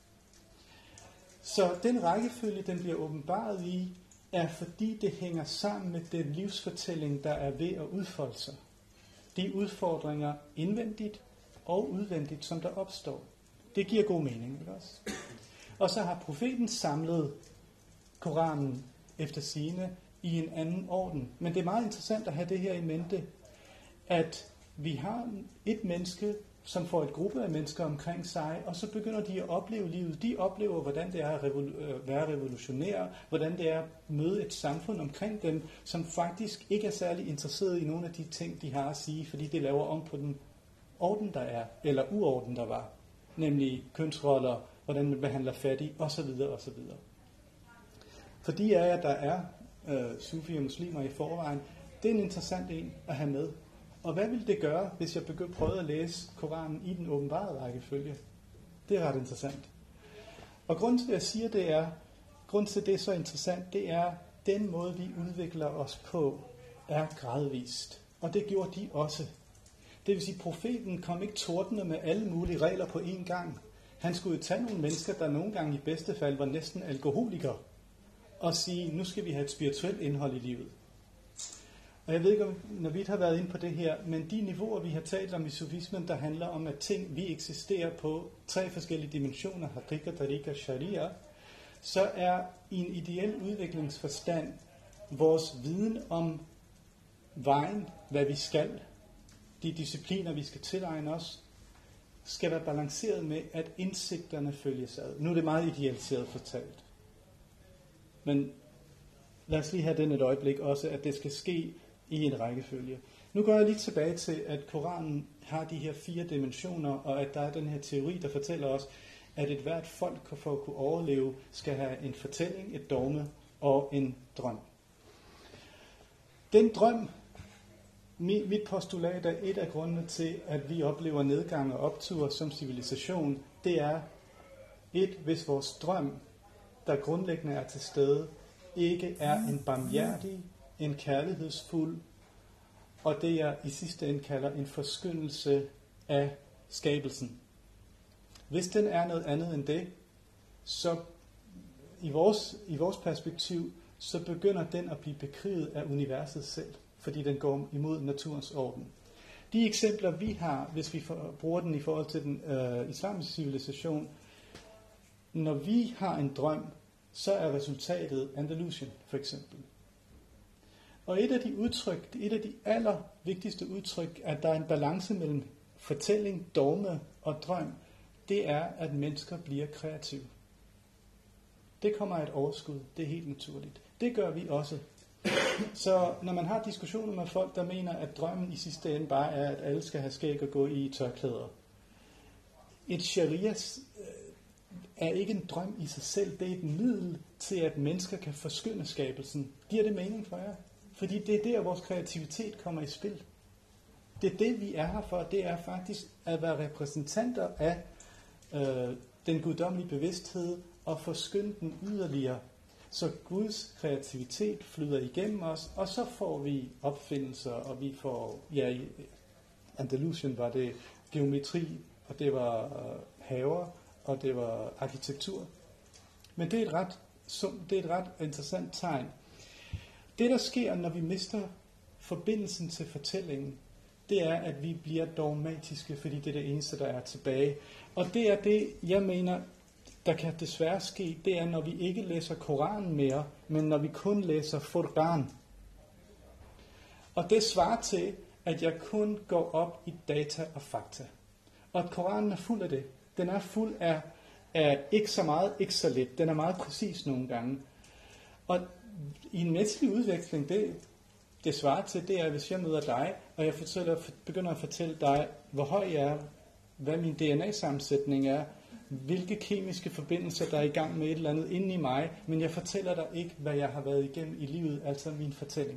Så den rækkefølge, den bliver åbenbaret i, er fordi det hænger sammen med den livsfortælling, der er ved at udfolde sig. De udfordringer indvendigt og udvendigt, som der opstår. Det giver god mening, ikke også? Og så har profeten samlet Koranen efter sigende i en anden orden. Men det er meget interessant at have det her i mente, at vi har et menneske, som får et gruppe af mennesker omkring sig, og så begynder de at opleve livet. De oplever, hvordan det er at være revolutionær, hvordan det er at møde et samfund omkring dem, som faktisk ikke er særlig interesseret i nogle af de ting, de har at sige, fordi det laver om på den orden, der er, eller uorden, der var. Nemlig kønsroller, hvordan man behandler fattige, osv. osv. Fordi at der er sufi og muslimer i forvejen, det er en interessant en at have med. Og hvad ville det gøre, hvis jeg prøvede at læse Koranen i den åbenbarede rækkefølge? Det er ret interessant. Og grunden til, at jeg siger det er, grunden til, at det er så interessant, det er, den måde, vi udvikler os på, er gradvist. Og det gjorde de også. Det vil sige, profeten kom ikke tordende med alle mulige regler på én gang. Han skulle jo tage nogle mennesker, der nogle gange i bedste fald var næsten alkoholikere, og sige, nu skal vi have et spirituelt indhold i livet. Og jeg ved ikke, om Navid har været inde på det her, men de niveauer, vi har talt om i sufismen, der handler om, at ting, vi eksisterer på 3 forskellige dimensioner, haqiqa, tariqa, sharia, så er i en ideel udviklingsforstand vores viden om vejen, hvad vi skal, de discipliner, vi skal tilegne os, skal være balanceret med, at indsigterne følges ad. Nu er det meget idealiseret fortalt. Men lad os lige have den et øjeblik også, at det skal ske i en rækkefølge. Nu går jeg lige tilbage til, at Koranen har de her 4 dimensioner, og at der er den her teori, der fortæller os, at et hvert folk for at kunne overleve, skal have en fortælling, et dogme og en drøm. Den drøm, mit postulat er et af grundene til, at vi oplever nedgang og opture som civilisation, det er hvis vores drøm, der grundlæggende er til stede, ikke er en barmhjertig, en kærlighedsfuld, og det jeg i sidste ende kalder en forskyndelse af skabelsen. Hvis den er noget andet end det, så i vores perspektiv, så begynder den at blive bekriget af universet selv, fordi den går imod naturens orden. De eksempler, vi har, hvis vi bruger den i forhold til den islamiske civilisation, når vi har en drøm, så er resultatet Andalusien, for eksempel. Og et af de allervigtigste udtryk, at der er en balance mellem fortælling, dogme og drøm, det er, at mennesker bliver kreative. Det kommer af et overskud, det er helt naturligt. Det gør vi også. Så når man har diskussioner med folk, der mener, at drømmen i sidste ende bare er, at alle skal have skæg og gå i tørklæder. Et sharia er ikke en drøm i sig selv, det er et middel til, at mennesker kan forskynde skabelsen. Giver det mening for jer? Fordi det er der, vores kreativitet kommer i spil. Det er det, vi er her for. Det er faktisk at være repræsentanter af den guddommelige bevidsthed og forskynde den yderligere. Så Guds kreativitet flyder igennem os, og så får vi opfindelser, og vi får, ja, i Andalusien var det geometri, og det var haver, og det var arkitektur. Men det er et ret interessant tegn. Det, der sker, når vi mister forbindelsen til fortællingen, det er, at vi bliver dogmatiske, fordi det er det eneste, der er tilbage. Og det er det, jeg mener, der kan desværre ske, det er, når vi ikke læser Koranen mere, men når vi kun læser Furqan. Og det svarer til, at jeg kun går op i data og fakta. Og at Koranen er fuld af det. Den er fuld af ikke så meget, ikke så lidt. Den er meget præcis nogle gange. Og i en menneskelig udveksling, det svarer til, det er, hvis jeg møder dig, og jeg begynder at fortælle dig, hvor høj jeg er, hvad min DNA-sammensætning er, hvilke kemiske forbindelser, der er i gang med et eller andet inde i mig, men jeg fortæller dig ikke, hvad jeg har været igennem i livet, altså min fortælling.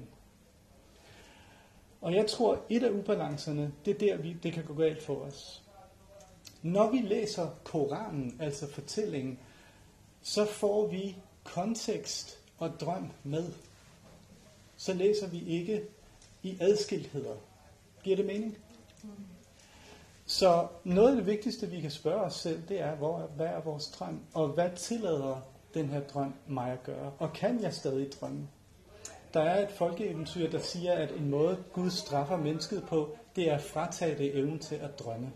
Og jeg tror, et af ubalancerne, det er der, det kan gå galt for os. Når vi læser Koranen, altså fortællingen, så får vi kontekst og drøm med. Så læser vi ikke i adskiltheder. Giver det mening? Så noget af det vigtigste, vi kan spørge os selv, det er, hvad er vores drøm? Og hvad tillader den her drøm mig at gøre? Og kan jeg stadig drømme? Der er et folkeeventyr, der siger, at en måde Gud straffer mennesket på, det er at fratage det evnen til at drømme.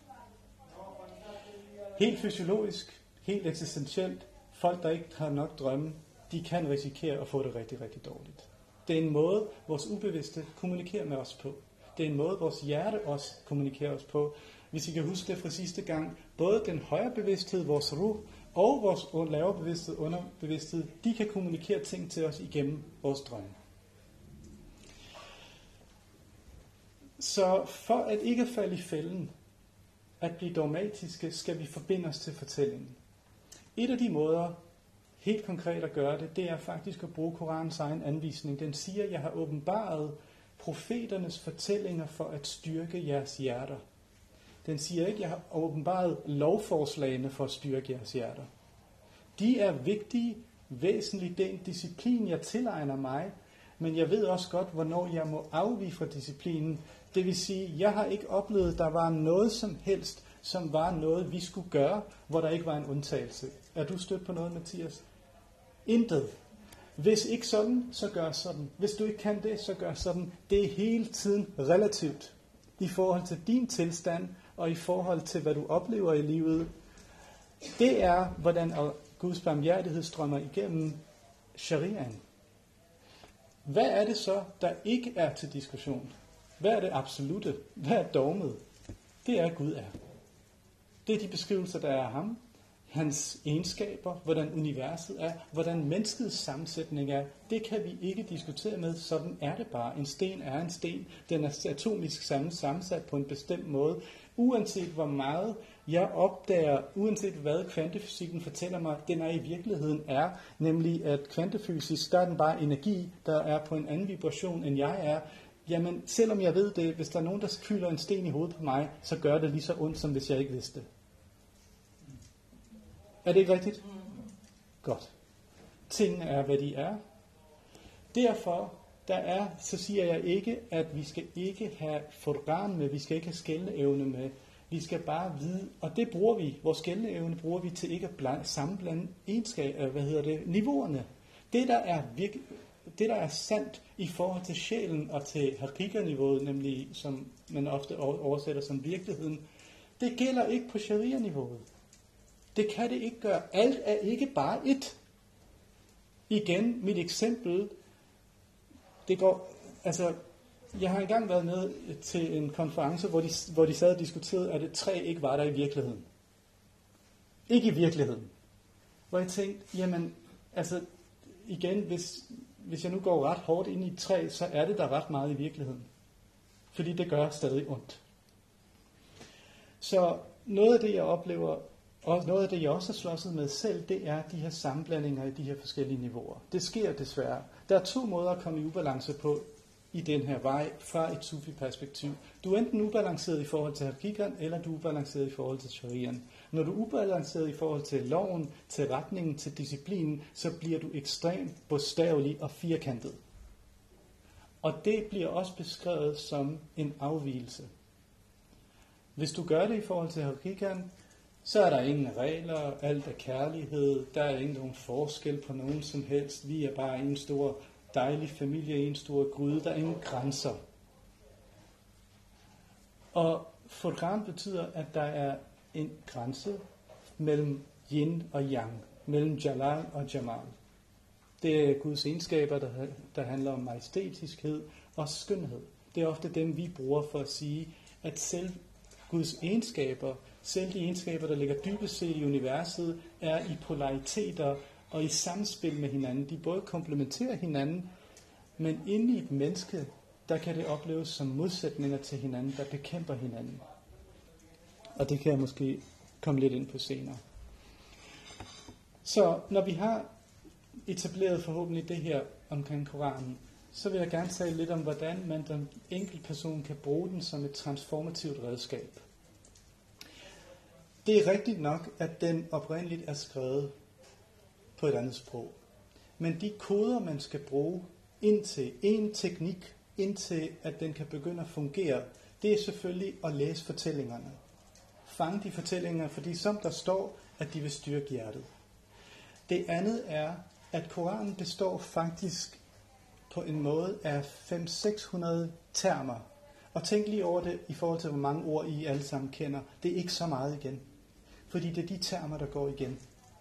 Helt fysiologisk, helt eksistentielt, folk der ikke har nok drømme, de kan risikere at få det rigtig, rigtig dårligt. Det er en måde, vores ubevidste kommunikerer med os på. Det er en måde, vores hjerte også kommunikerer os på. Hvis I kan huske det fra sidste gang, både den højere bevidsthed, vores ruh, og vores lavere bevidsthed, underbevidsthed, de kan kommunikere ting til os igennem vores drømme. Så for at ikke falde i fælden, at blive dogmatiske, skal vi forbinde os til fortællingen. Et af de måder, helt konkret at gøre det, det er faktisk at bruge Koranens egen anvisning. Den siger, at jeg har åbenbaret profeternes fortællinger for at styrke jeres hjerter. Den siger ikke, at jeg har åbenbaret lovforslagene for at styrke jeres hjerter. De er vigtige, væsentlige, det er en disciplin, jeg tilegner mig, men jeg ved også godt, hvornår jeg må afvige fra disciplinen. Det vil sige, jeg har ikke oplevet, at der var noget som helst, som var noget, vi skulle gøre, hvor der ikke var en undtagelse. Er du stødt på noget, Mathias? Intet. Hvis ikke sådan, så gør sådan. Hvis du ikke kan det, så gør sådan. Det er hele tiden relativt i forhold til din tilstand og i forhold til, hvad du oplever i livet. Det er, hvordan Guds barmhjertighed strømmer igennem shariaen. Hvad er det så, der ikke er til diskussion? Hvad er det absolute? Hvad er dogmet? Det er, Gud er. Det er de beskrivelser, der er af ham. Hans egenskaber, hvordan universet er, hvordan menneskets sammensætning er, det kan vi ikke diskutere med. Sådan er det bare. En sten er en sten. Den er atomisk sammensat på en bestemt måde. Uanset hvor meget jeg opdager, uanset hvad kvantefysikken fortæller mig, den er i virkeligheden er, nemlig at kvantefysisk, der er den bare energi, der er på en anden vibration, end jeg er. Jamen, selvom jeg ved det, hvis der er nogen, der fylder en sten i hovedet på mig, så gør det lige så ondt, som hvis jeg ikke vidste det. Er det ikke rigtigt? Godt. Tingene er, hvad de er. Derfor, så siger jeg ikke, at vi skal ikke have Furqan med, vi skal ikke have skelneevne med. Vi skal bare vide, og det bruger vi, vores skælneevne bruger vi til ikke at sammenblande niveauerne. Det der er sandt i forhold til sjælen og til hakika-niveauet, nemlig som man ofte oversætter som virkeligheden, det gælder ikke på sharia-niveauet. Det kan det ikke gøre. Alt er ikke bare ét. Igen, mit eksempel, jeg har engang været med til en konference, hvor de sad og diskuterede, at et træ ikke var der i virkeligheden. Ikke i virkeligheden. Hvor jeg tænkte, jamen, igen, hvis jeg nu går ret hårdt ind i et træ, så er det der ret meget i virkeligheden. Fordi det gør stadig ondt. Så noget af det, jeg oplever, og noget af det, jeg også har slåsset med selv, det er de her sammenblandinger i de her forskellige niveauer. Det sker desværre. Der er 2 måder at komme i ubalance på i den her vej fra et sufi-perspektiv. Du er enten ubalanceret i forhold til hakikan, eller du er ubalanceret i forhold til shariaen. Når du er ubalanceret i forhold til loven, til retningen, til disciplinen, så bliver du ekstremt bogstavelig og firkantet. Og det bliver også beskrevet som en afvigelse. Hvis du gør det i forhold til hakikan, så er der ingen regler, alt er kærlighed, der er ikke nogen forskel på nogen som helst. Vi er bare en stor dejlig familie, en stor gryde, der er ingen grænser. Og Furqan betyder, at der er en grænse mellem yin og yang, mellem jalal og jamal. Det er Guds egenskaber, der handler om majestætiskhed og skønhed. Det er ofte dem, vi bruger for at sige, at selv Guds egenskaber, selv de egenskaber, der ligger dybest set i universet, er i polariteter og i samspil med hinanden. De både komplementerer hinanden, men inde i et menneske, der kan det opleves som modsætninger til hinanden, der bekæmper hinanden. Og det kan jeg måske komme lidt ind på senere. Så når vi har etableret forhåbentlig det her omkring Koranen, så vil jeg gerne tale lidt om, hvordan man som enkelt person kan bruge den som et transformativt redskab. Det er rigtigt nok, at den oprindeligt er skrevet på et andet sprog. Men de koder, man skal bruge indtil en teknik, indtil at den kan begynde at fungere, det er selvfølgelig at læse fortællingerne. Fange de fortællinger, fordi som der står, at de vil styrke hjertet. Det andet er, at Koranen består faktisk på en måde af 500-600 termer. Og tænk lige over det i forhold til, hvor mange ord I alle sammen kender. Det er ikke så meget igen. Fordi det er de termer, der går igen.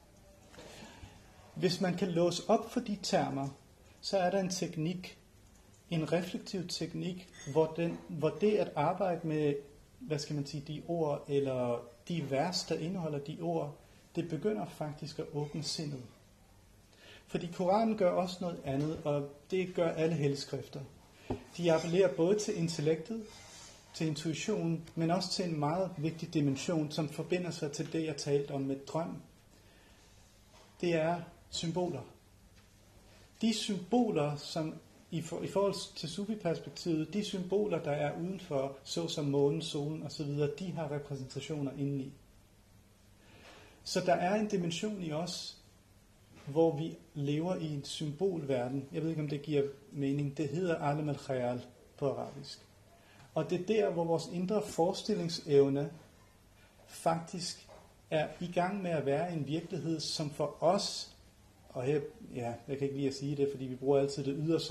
Hvis man kan låse op for de termer, så er der en teknik, en reflektiv teknik, hvor det at arbejde med, de ord, eller de vers, der indeholder de ord, det begynder faktisk at åbne sindet. Fordi Koranen gør også noget andet, og det gør alle helligskrifter. De appellerer både til intellektet, til intuitionen, men også til en meget vigtig dimension, som forbinder sig til det, jeg talte om med drøm. Det er symboler. De symboler, som i forhold til Sufi-perspektivet, de symboler, der er udenfor, såsom månen, solen osv., de har repræsentationer indeni. Så der er en dimension i os, hvor vi lever i en symbolverden. Jeg ved ikke, om det giver mening. Det hedder alam al-khayal på arabisk. Og det er der, hvor vores indre forestillingsevne faktisk er i gang med at være en virkelighed, som for os, og her, jeg kan ikke lide at sige det, fordi vi bruger altid det ydre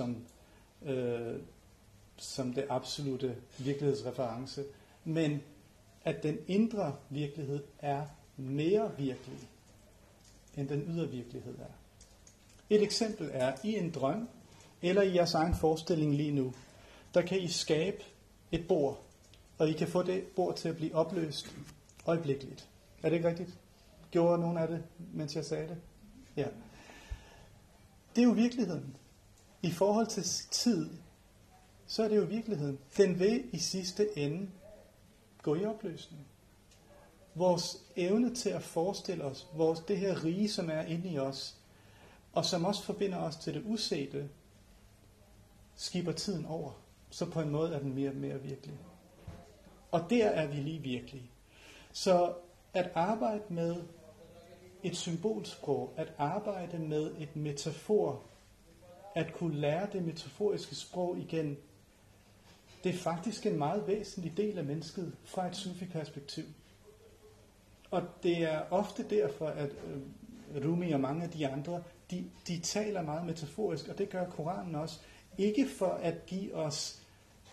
som det absolute virkelighedsreference, men at den indre virkelighed er mere virkelig, end den ydre virkelighed er. Et eksempel er, i en drøm, eller i jeres egen forestilling lige nu, der kan I skabe et bord, og I kan få det bord til at blive opløst øjeblikkeligt. Er det ikke rigtigt? Gjorde nogen af det, mens jeg sagde det? Ja. Det er jo virkeligheden. I forhold til tid, så er det jo virkeligheden. Den vil i sidste ende gå i opløsning. Vores evne til at forestille os, det her rige, som er inde i os, og som også forbinder os til det usete, skipper tiden over. Så på en måde er den mere og mere virkelig. Og der er vi lige virkelige. Så at arbejde med et symbolsprog, at arbejde med et metafor, at kunne lære det metaforiske sprog igen, Det er faktisk en meget væsentlig del af mennesket fra et sufi-perspektiv. Og det er ofte derfor, at Rumi og mange af de andre, de taler meget metaforisk, og det gør Koranen også. Ikke for at give os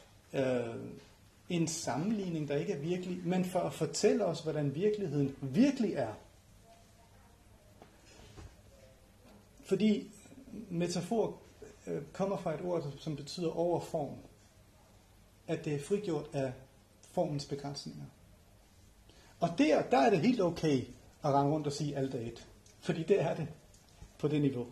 en sammenligning, der ikke er virkelig, men for at fortælle os, hvordan virkeligheden virkelig er. Fordi metafor kommer fra et ord, som betyder overform. At det er frigjort af formens begrænsninger. Og der er det helt okay at rende rundt og sige alt er et. Fordi det er det på det niveau.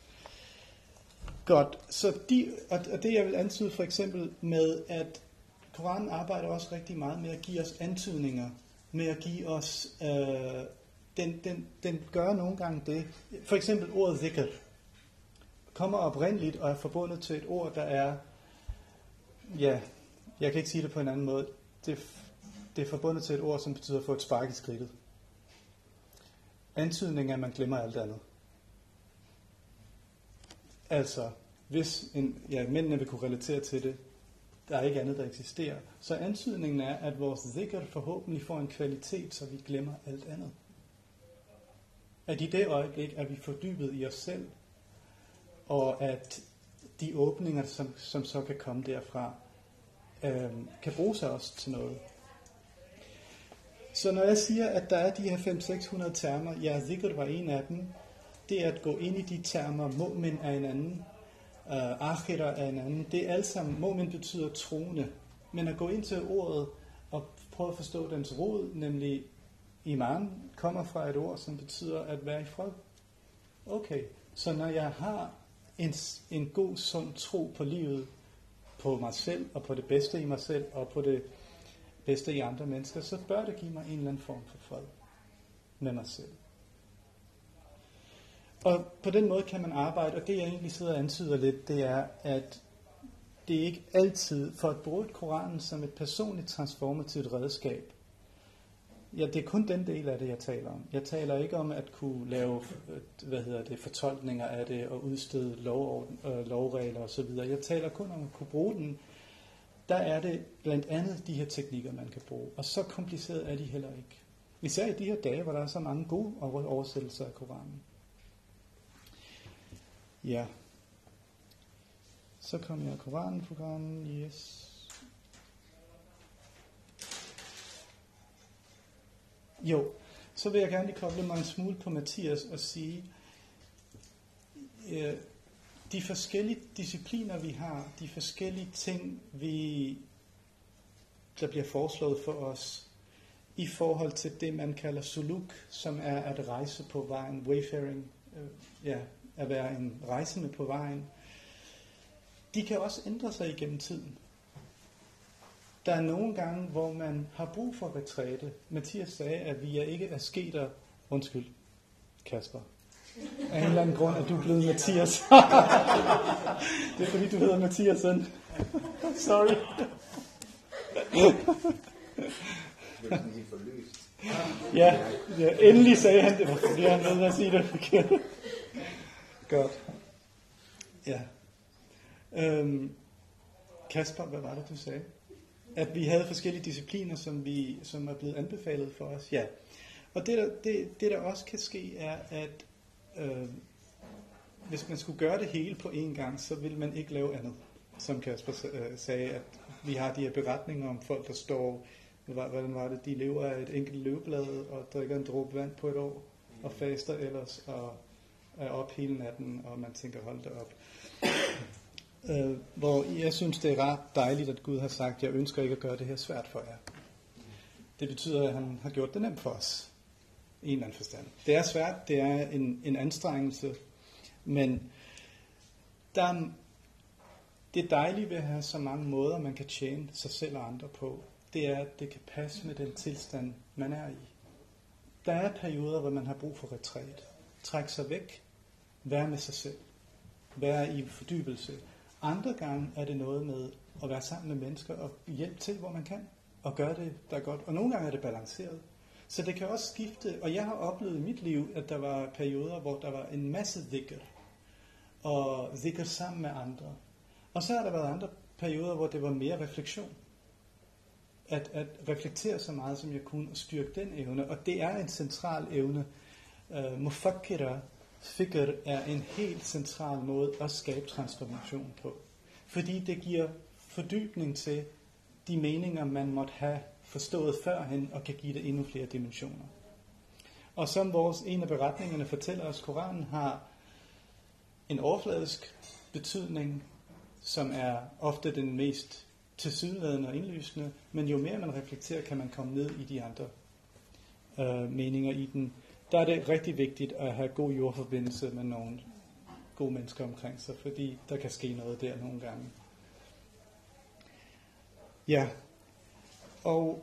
Godt, så og det jeg vil antyde for eksempel med, at Koranen arbejder også rigtig meget med at give os antydninger, med at give os, den gør nogle gange det. For eksempel ordet zikr kommer oprindeligt og er forbundet til et ord, der er, ja, jeg kan ikke sige det på en anden måde, det er forbundet til et ord, som betyder at få et spark i skridtet. Antydning er, at man glemmer alt andet. Altså, hvis mændene vil kunne relatere til det, der er ikke andet, der eksisterer. Så antydningen er, at vores zikr forhåbentlig får en kvalitet, så vi glemmer alt andet. At i det øjeblik er vi fordybet i os selv, og at de åbninger, som så kan komme derfra, kan bruge sig også til noget. Så når jeg siger, at der er de her 500-600 termer, ja, zikr var en af dem, det er at gå ind i de termer, mu'min er en anden, akhira er en anden, det er alt sammen, mu'min betyder troende, men at gå ind til ordet og prøve at forstå dens rod, nemlig iman, kommer fra et ord, som betyder at være i fred. Okay, så når jeg har en god, sund tro på livet, på mig selv, og på det bedste i mig selv, og på det bedste i andre mennesker, så bør det give mig en eller anden form for fred med mig selv. Og på den måde kan man arbejde, og det jeg egentlig sidder og antyder lidt, det er, at det er ikke altid, for at bruge Koranen som et personligt transformativt redskab, ja, det er kun den del af det, jeg taler om. Jeg taler ikke om at kunne lave, fortolkninger af det, og udstede lovregler osv. Jeg taler kun om at kunne bruge den. Der er det blandt andet de her teknikker, man kan bruge. Og så kompliceret er de heller ikke. Især i de her dage, hvor der er så mange gode oversættelser af Koranen. Ja. Så kommer jeg Koranen, yes. Jo, så vil jeg gerne lige koble mig en smule på Mathias og sige, de forskellige discipliner, vi har, de forskellige ting, der bliver foreslået for os, i forhold til det, man kalder suluk, som er at rejse på vejen, wayfaring, at være en rejsende på vejen, de kan også ændre sig igennem tiden. Der er nogle gange, hvor man har brug for retræte. Mathias sagde, at vi er ikke asketer. Undskyld, Kasper. Af en eller anden grund, at du er blevet Mathias. Det er fordi, du hedder Mathiasen. Sorry. Ja, endelig sagde han det, fordi han ved at sige det forkert. Godt. Ja. Kasper, hvad var det, du sagde? At vi havde forskellige discipliner, som er blevet anbefalet for os. Ja. Og det der også kan ske, er, at hvis man skulle gøre det hele på én gang, så vil man ikke lave andet. Som Kasper sagde, at vi har de her beretninger om folk, der står, hvordan var det, de lever af et enkelt løvblad og drikker en dråbe vand på et år, og faster ellers, og er op hele natten, og man tænker, hold det op. Hvor jeg synes, det er ret dejligt, at Gud har sagt, jeg ønsker ikke at gøre det her svært for jer. Det betyder, at han har gjort det nemt for os. I en eller anden forstand. Det er svært, det er en anstrengelse, men det dejlige ved at have så mange måder, man kan tjene sig selv og andre på, det er, at det kan passe med den tilstand, man er i. Der er perioder, hvor man har brug for retræt. Træk sig væk, være med sig selv, være i fordybelse. Andre gange er det noget med at være sammen med mennesker og hjælpe til, hvor man kan, og gøre det, der er godt. Og nogle gange er det balanceret. Så det kan også skifte, og jeg har oplevet i mit liv, at der var perioder, hvor der var en masse dhikr, og dhikr sammen med andre. Og så har der været andre perioder, hvor det var mere refleksion. At reflektere så meget, som jeg kunne, og styrke den evne. Og det er en central evne. Mufakkira, fikr, er en helt central måde at skabe transformation på. Fordi det giver fordybning til de meninger, man måtte have forstået førhen, og kan give det endnu flere dimensioner. Og som en af beretningerne fortæller os, Koranen har en overfladisk betydning, som er ofte den mest tilsyneladende og indlysende, men jo mere man reflekterer, kan man komme ned i de andre meninger i den. Der er det rigtig vigtigt at have god jordforbindelse med nogle gode mennesker omkring sig, fordi der kan ske noget der nogle gange. Ja, og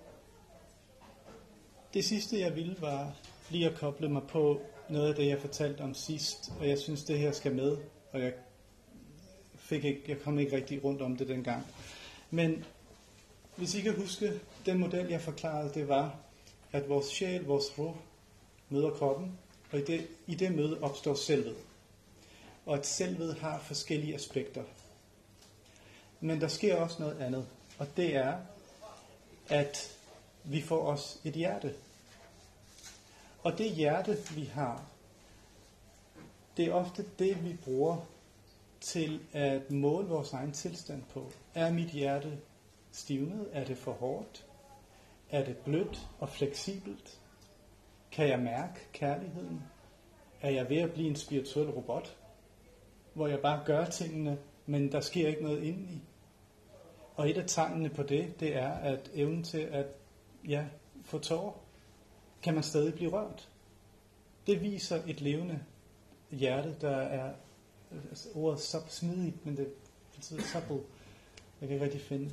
det sidste jeg ville var lige at koble mig på noget af det, jeg fortalte om sidst, og jeg synes, det her skal med, og jeg kom ikke rigtig rundt om det dengang. Men hvis I kan huske, den model, jeg forklarede, det var, at vores sjæl, vores ruh, møder kroppen, og i det møde opstår selvet. Og at selvet har forskellige aspekter. Men der sker også noget andet, og det er, at vi får os et hjerte. Og det hjerte, vi har, det er ofte det, vi bruger til at måle vores egen tilstand på. Er mit hjerte stivnet? Er det for hårdt? Er det blødt og fleksibelt? Kan jeg mærke kærligheden? Er jeg ved at blive en spirituel robot, hvor jeg bare gør tingene, men der sker ikke noget indeni? Og et af tegnene på det er, at evnen til at få tårer, kan man stadig blive rørt. Det viser et levende hjerte, der er ordet smidigt, men det betyder supple. Jeg kan ikke rigtig finde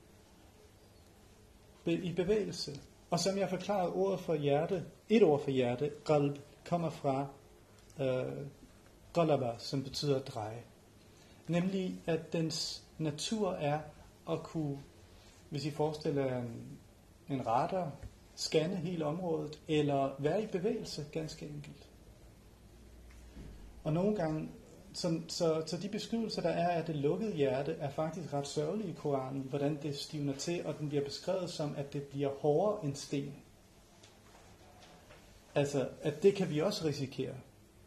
det. I bevægelse. Og som jeg forklarede, ordet for hjerte, et ord for hjerte, qalb, kommer fra qalaba, som betyder at dreje. Nemlig, at dens natur er at kunne, hvis I forestiller en radar, scanne hele området, eller være i bevægelse, ganske enkelt. Og nogle gange, så de beskrivelser, der er af det lukkede hjerte, er faktisk ret sørgelige i Koranen, hvordan det stivner til, og den bliver beskrevet som, at det bliver hårdere end sten. Altså, at det kan vi også risikere.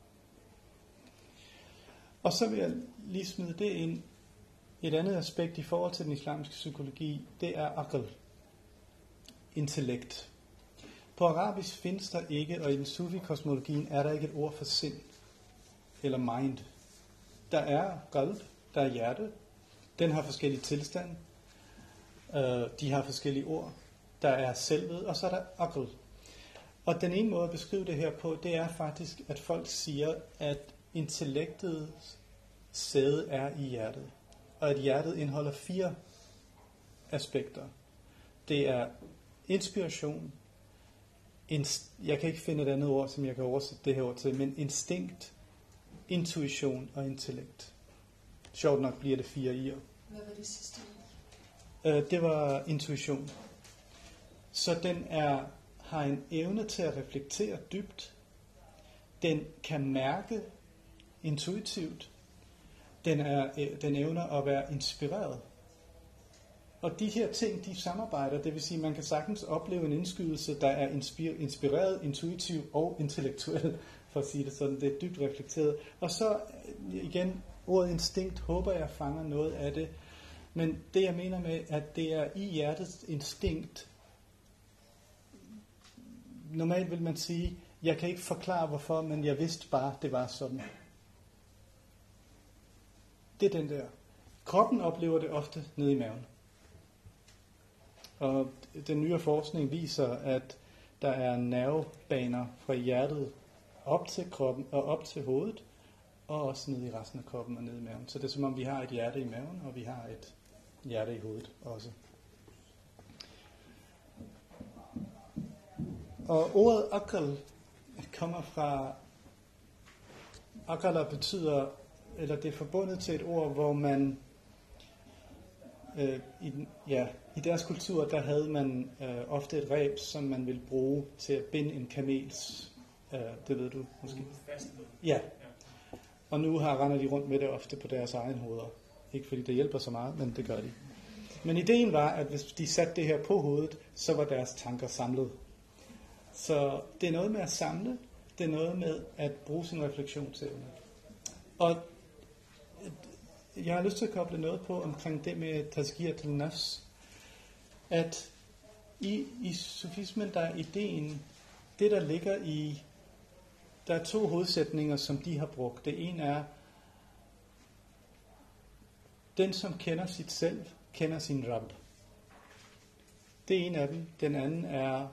Og så vil jeg lige smide det ind. Et andet aspekt i forhold til den islamiske psykologi, det er aql, intellekt. På arabisk findes der ikke, og i den sufi-kosmologien er der ikke et ord for sind, eller mind. Der er qalb, der er hjerte, den har forskellige tilstand, de har forskellige ord, der er selvet, og så er der aql. Og den ene måde at beskrive det her på, det er faktisk, at folk siger, at intellektets sæde er i hjertet, og at hjertet indeholder 4 aspekter. Det er inspiration, jeg kan ikke finde et andet ord, som jeg kan oversætte det her ord til, men instinkt, intuition og intellekt. Sjovt nok bliver det 4 i'er. Hvad var det sidste? Det var intuition. Så den har en evne til at reflektere dybt. Den kan mærke intuitivt. Den evner at være inspireret. Og de her ting, de samarbejder, det vil sige, at man kan sagtens opleve en indskydelse, der er inspireret, intuitiv og intellektuel, for at sige det sådan. Det er dybt reflekteret. Og så igen, ordet instinkt, håber jeg fanger noget af det. Men det jeg mener med, at det er i hjertets instinkt, normalt vil man sige, jeg kan ikke forklare hvorfor, men jeg vidste bare, det var sådan. Det er den der. Kroppen oplever det ofte nede i maven. Og den nye forskning viser, at der er nervebaner fra hjertet op til kroppen og op til hovedet, og også nede i resten af kroppen og nede i maven. Så det er som om vi har et hjerte i maven, og vi har et hjerte i hovedet også. Og ordet aql kommer fra, aqala betyder, eller det er forbundet til et ord, hvor man, i deres kultur, der havde man ofte et reb, som man ville bruge til at binde en kamels, det ved du måske. Ja. Og nu render de rundt med det ofte på deres egen hoveder. Ikke fordi det hjælper så meget, men det gør de. Men ideen var, at hvis de satte det her på hovedet, så var deres tanker samlet. Så det er noget med at samle, det er noget med at bruge sin refleksionsevne. Og jeg har lyst til at koble noget på omkring det med tazkiyat al-nafs, at i sufismen der er ideen, det der ligger i, der er 2 hovedsætninger, som de har brugt. Det ene er, den som kender sit selv, kender sin Rabb. Det er en af dem. Den anden er,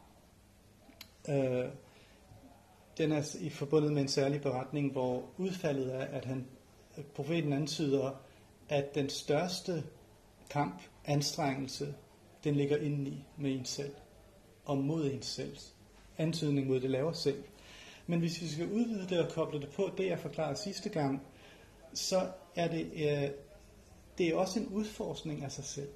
den er i forbundet med en særlig beretning, hvor udfaldet er, at profeten antyder, at den største kamp, anstrengelse, den ligger indeni med en selv, og mod en selv. Antydning mod det lavere selv. Men hvis vi skal udvide det og koble det på, det jeg forklarede sidste gang, så er det er også en udforskning af sig selv.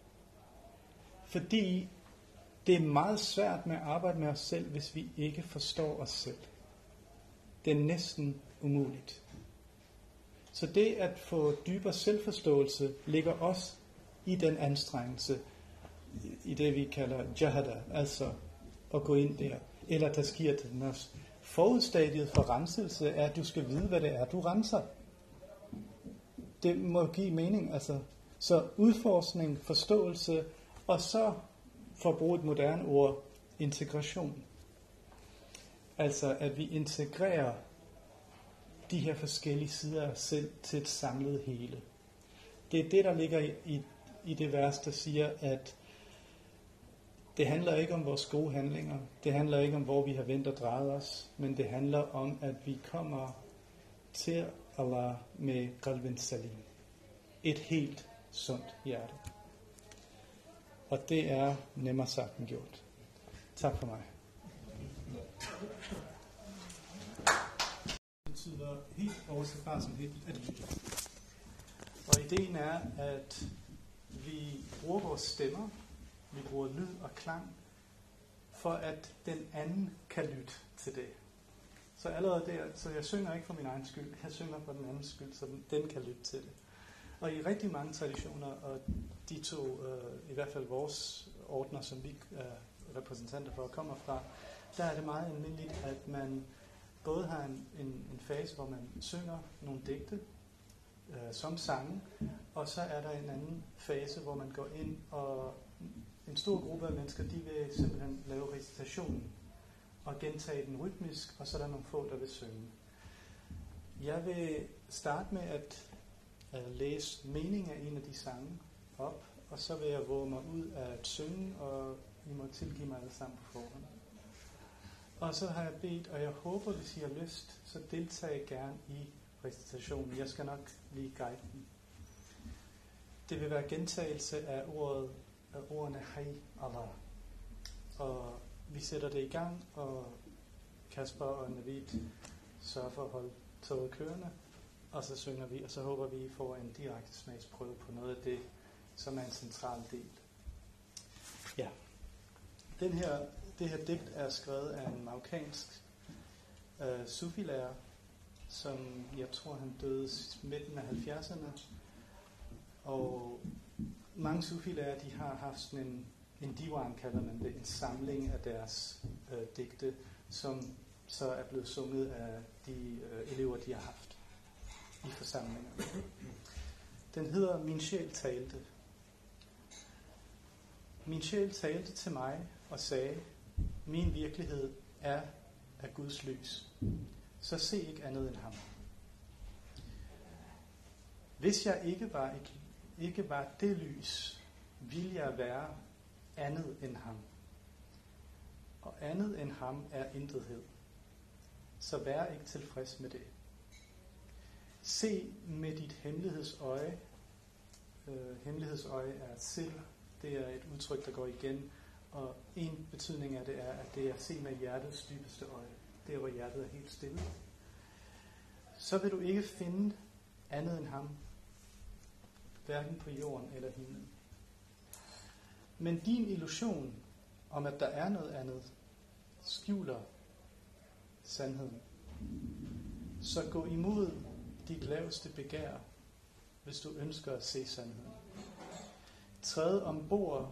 Fordi det er meget svært med at arbejde med os selv, hvis vi ikke forstår os selv. Det er næsten umuligt. Så det at få dybere selvforståelse ligger også i den anstrengelse, i det vi kalder jahada, altså at gå ind der, eller tazkiyat al-nafs. Forudstadiet for renselse er, at du skal vide, hvad det er, du renser. Det må give mening, altså. Så udforskning, forståelse, og så, for at bruge et moderne ord, integration. Altså, at vi integrerer de her forskellige sider af os selv til et samlet hele. Det er det, der ligger i det vers, der siger, at det handler ikke om vores gode handlinger. Det handler ikke om, hvor vi har vendt og drejet os. Men det handler om, at vi kommer til Allah med qalbin salim. Et helt sundt hjerte. Og det er nemmere sagt end gjort. Tak for mig. Det betyder helt oversat som helt at lytte. Og ideen er, at vi bruger vores stemmer, vi bruger lyd og klang, for at den anden kan lytte til det. Så allerede der, så jeg synger ikke for min egen skyld, jeg synger for den andens skyld, så den kan lytte til det. Og i rigtig mange traditioner, og de 2, i hvert fald vores ordner, som vi er repræsentanter for, kommer fra, der er det meget almindeligt, at man både har en fase, hvor man synger nogle digte, som sange, og så er der en anden fase, hvor man går ind, og en stor gruppe af mennesker, de vil simpelthen lave recitationen og gentage den rytmisk, og så er der nogle få, der vil synge. Jeg vil starte med at læse meningen af en af de sange op, og så vil jeg våge mig ud af at synge, og I må tilgive mig alle sammen på forhånd. Og så har jeg bedt, og jeg håber, hvis I har lyst, så deltag gerne i recitationen. Jeg skal nok lige guide den. Det vil være gentagelse af ordene Hay Allah. Og vi sætter det i gang, og Kasper og Navid sørger for at holde toget kørende, og så synger vi, og så håber vi, I får en direkte smagsprøve på noget af det, som er en central del. Ja. Det her digt er skrevet af en marokkansk sufilærer, som jeg tror, han døde i midten af 70'erne. Og mange sufilærer, de har haft sådan en diwan, kalder man det, en samling af deres digte, som så er blevet sunget af de elever, de har haft i forsamlinger. Den hedder Min sjæl talte. Min sjæl talte til mig og sagde, min virkelighed er af Guds lys, så se ikke andet end ham. Hvis jeg ikke var det lys, ville jeg være andet end ham. Og andet end ham er intethed. Så vær ikke tilfreds med det. Se med dit hemmelighedsøje. Hemmelighedsøje er selv. Det er et udtryk, der går igen. Og en betydning af det er, at det er at se med hjertets dybeste øje. Der, hvor hjertet er helt stille. Så vil du ikke finde andet end ham. Hverken på jorden eller himlen. Men din illusion om, at der er noget andet, skjuler sandheden. Så gå imod dit laveste begær hvis du ønsker at se sandheden. Træd ombord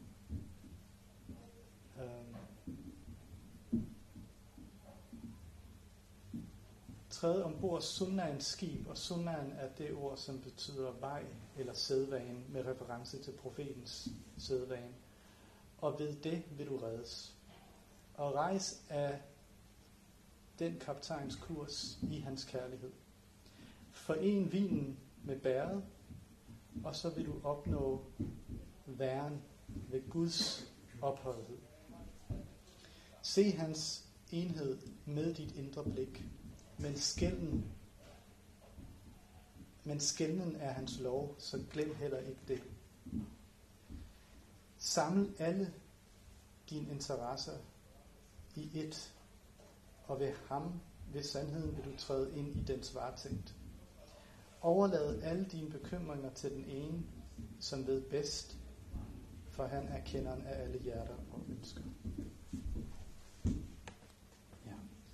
sunnaens skib, og sunnaen er det ord, som betyder vej eller sædvane, med reference til profetens sædvane. Og ved det vil du reddes. Og rejs af den kaptajns kurs i hans kærlighed. Foren vinen med bæret, og så vil du opnå væren ved Guds ophøjethed. Se hans enhed med dit indre blik, men skelnen er hans lov, så glem heller ikke det. Saml alle dine interesser i ét, og ved ham, ved sandheden, vil du træde ind i dens varetægt. Overlad alle dine bekymringer til den ene, som ved bedst, for han er kenderen af alle hjerter og ønsker. Ja.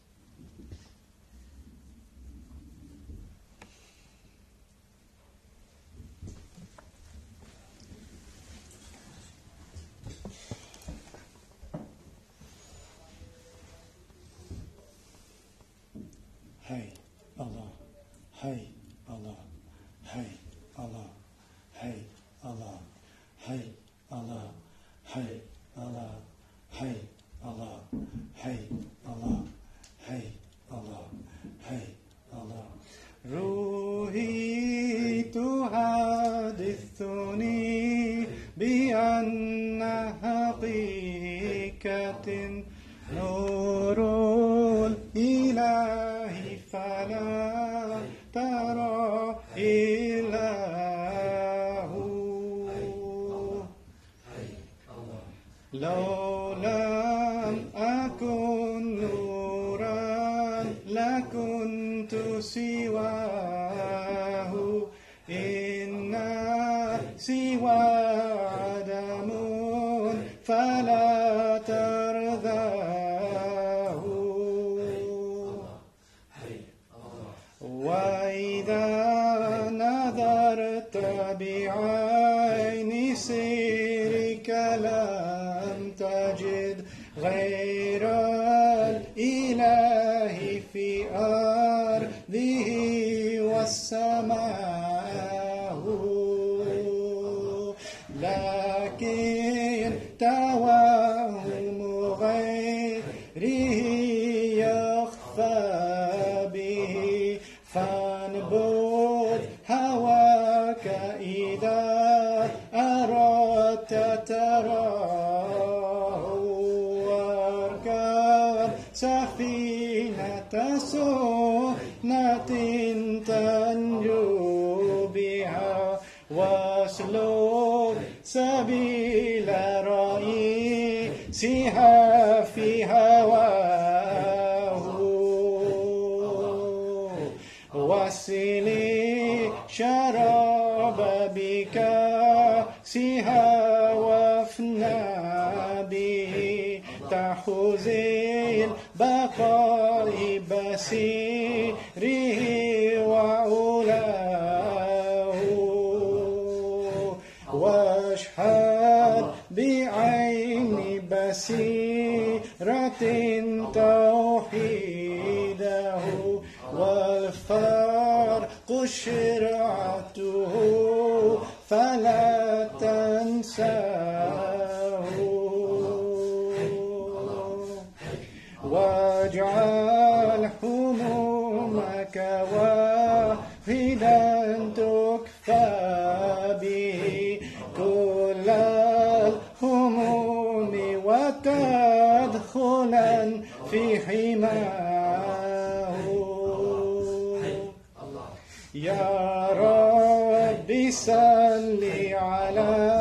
Hey Allah, hey Allah, hey Allah, hey Allah, hey Allah, hey Allah, hey Allah, hey Allah, hey Allah, hey Allah. روحي تحدثني بأن حقيقة نور الإله فلا ترى إلا هو. لو لم أكن نورا لكنت سواه. إن سوى عدم فلا ترضاه. وإذا نظرت بعين سيرك لم تجد غير الإله في أرضه والسماء. لكن توهم غيره يخفى به. فانبذ هواك إذا أردت تراه. واركب سفينة سنة تنجو بها. واسلك سبيل رئيسها في هواه. واسلي شراب بكاسها وافنى به. تحوزي البقاء بسيره وعلاه. واشهد بعين بصيرة توحيده. والفرق شرعته فلا تنساه. واجعل همومك واحدا تكفى به كل الهموم وتدخلا في حماه. يا رب صل على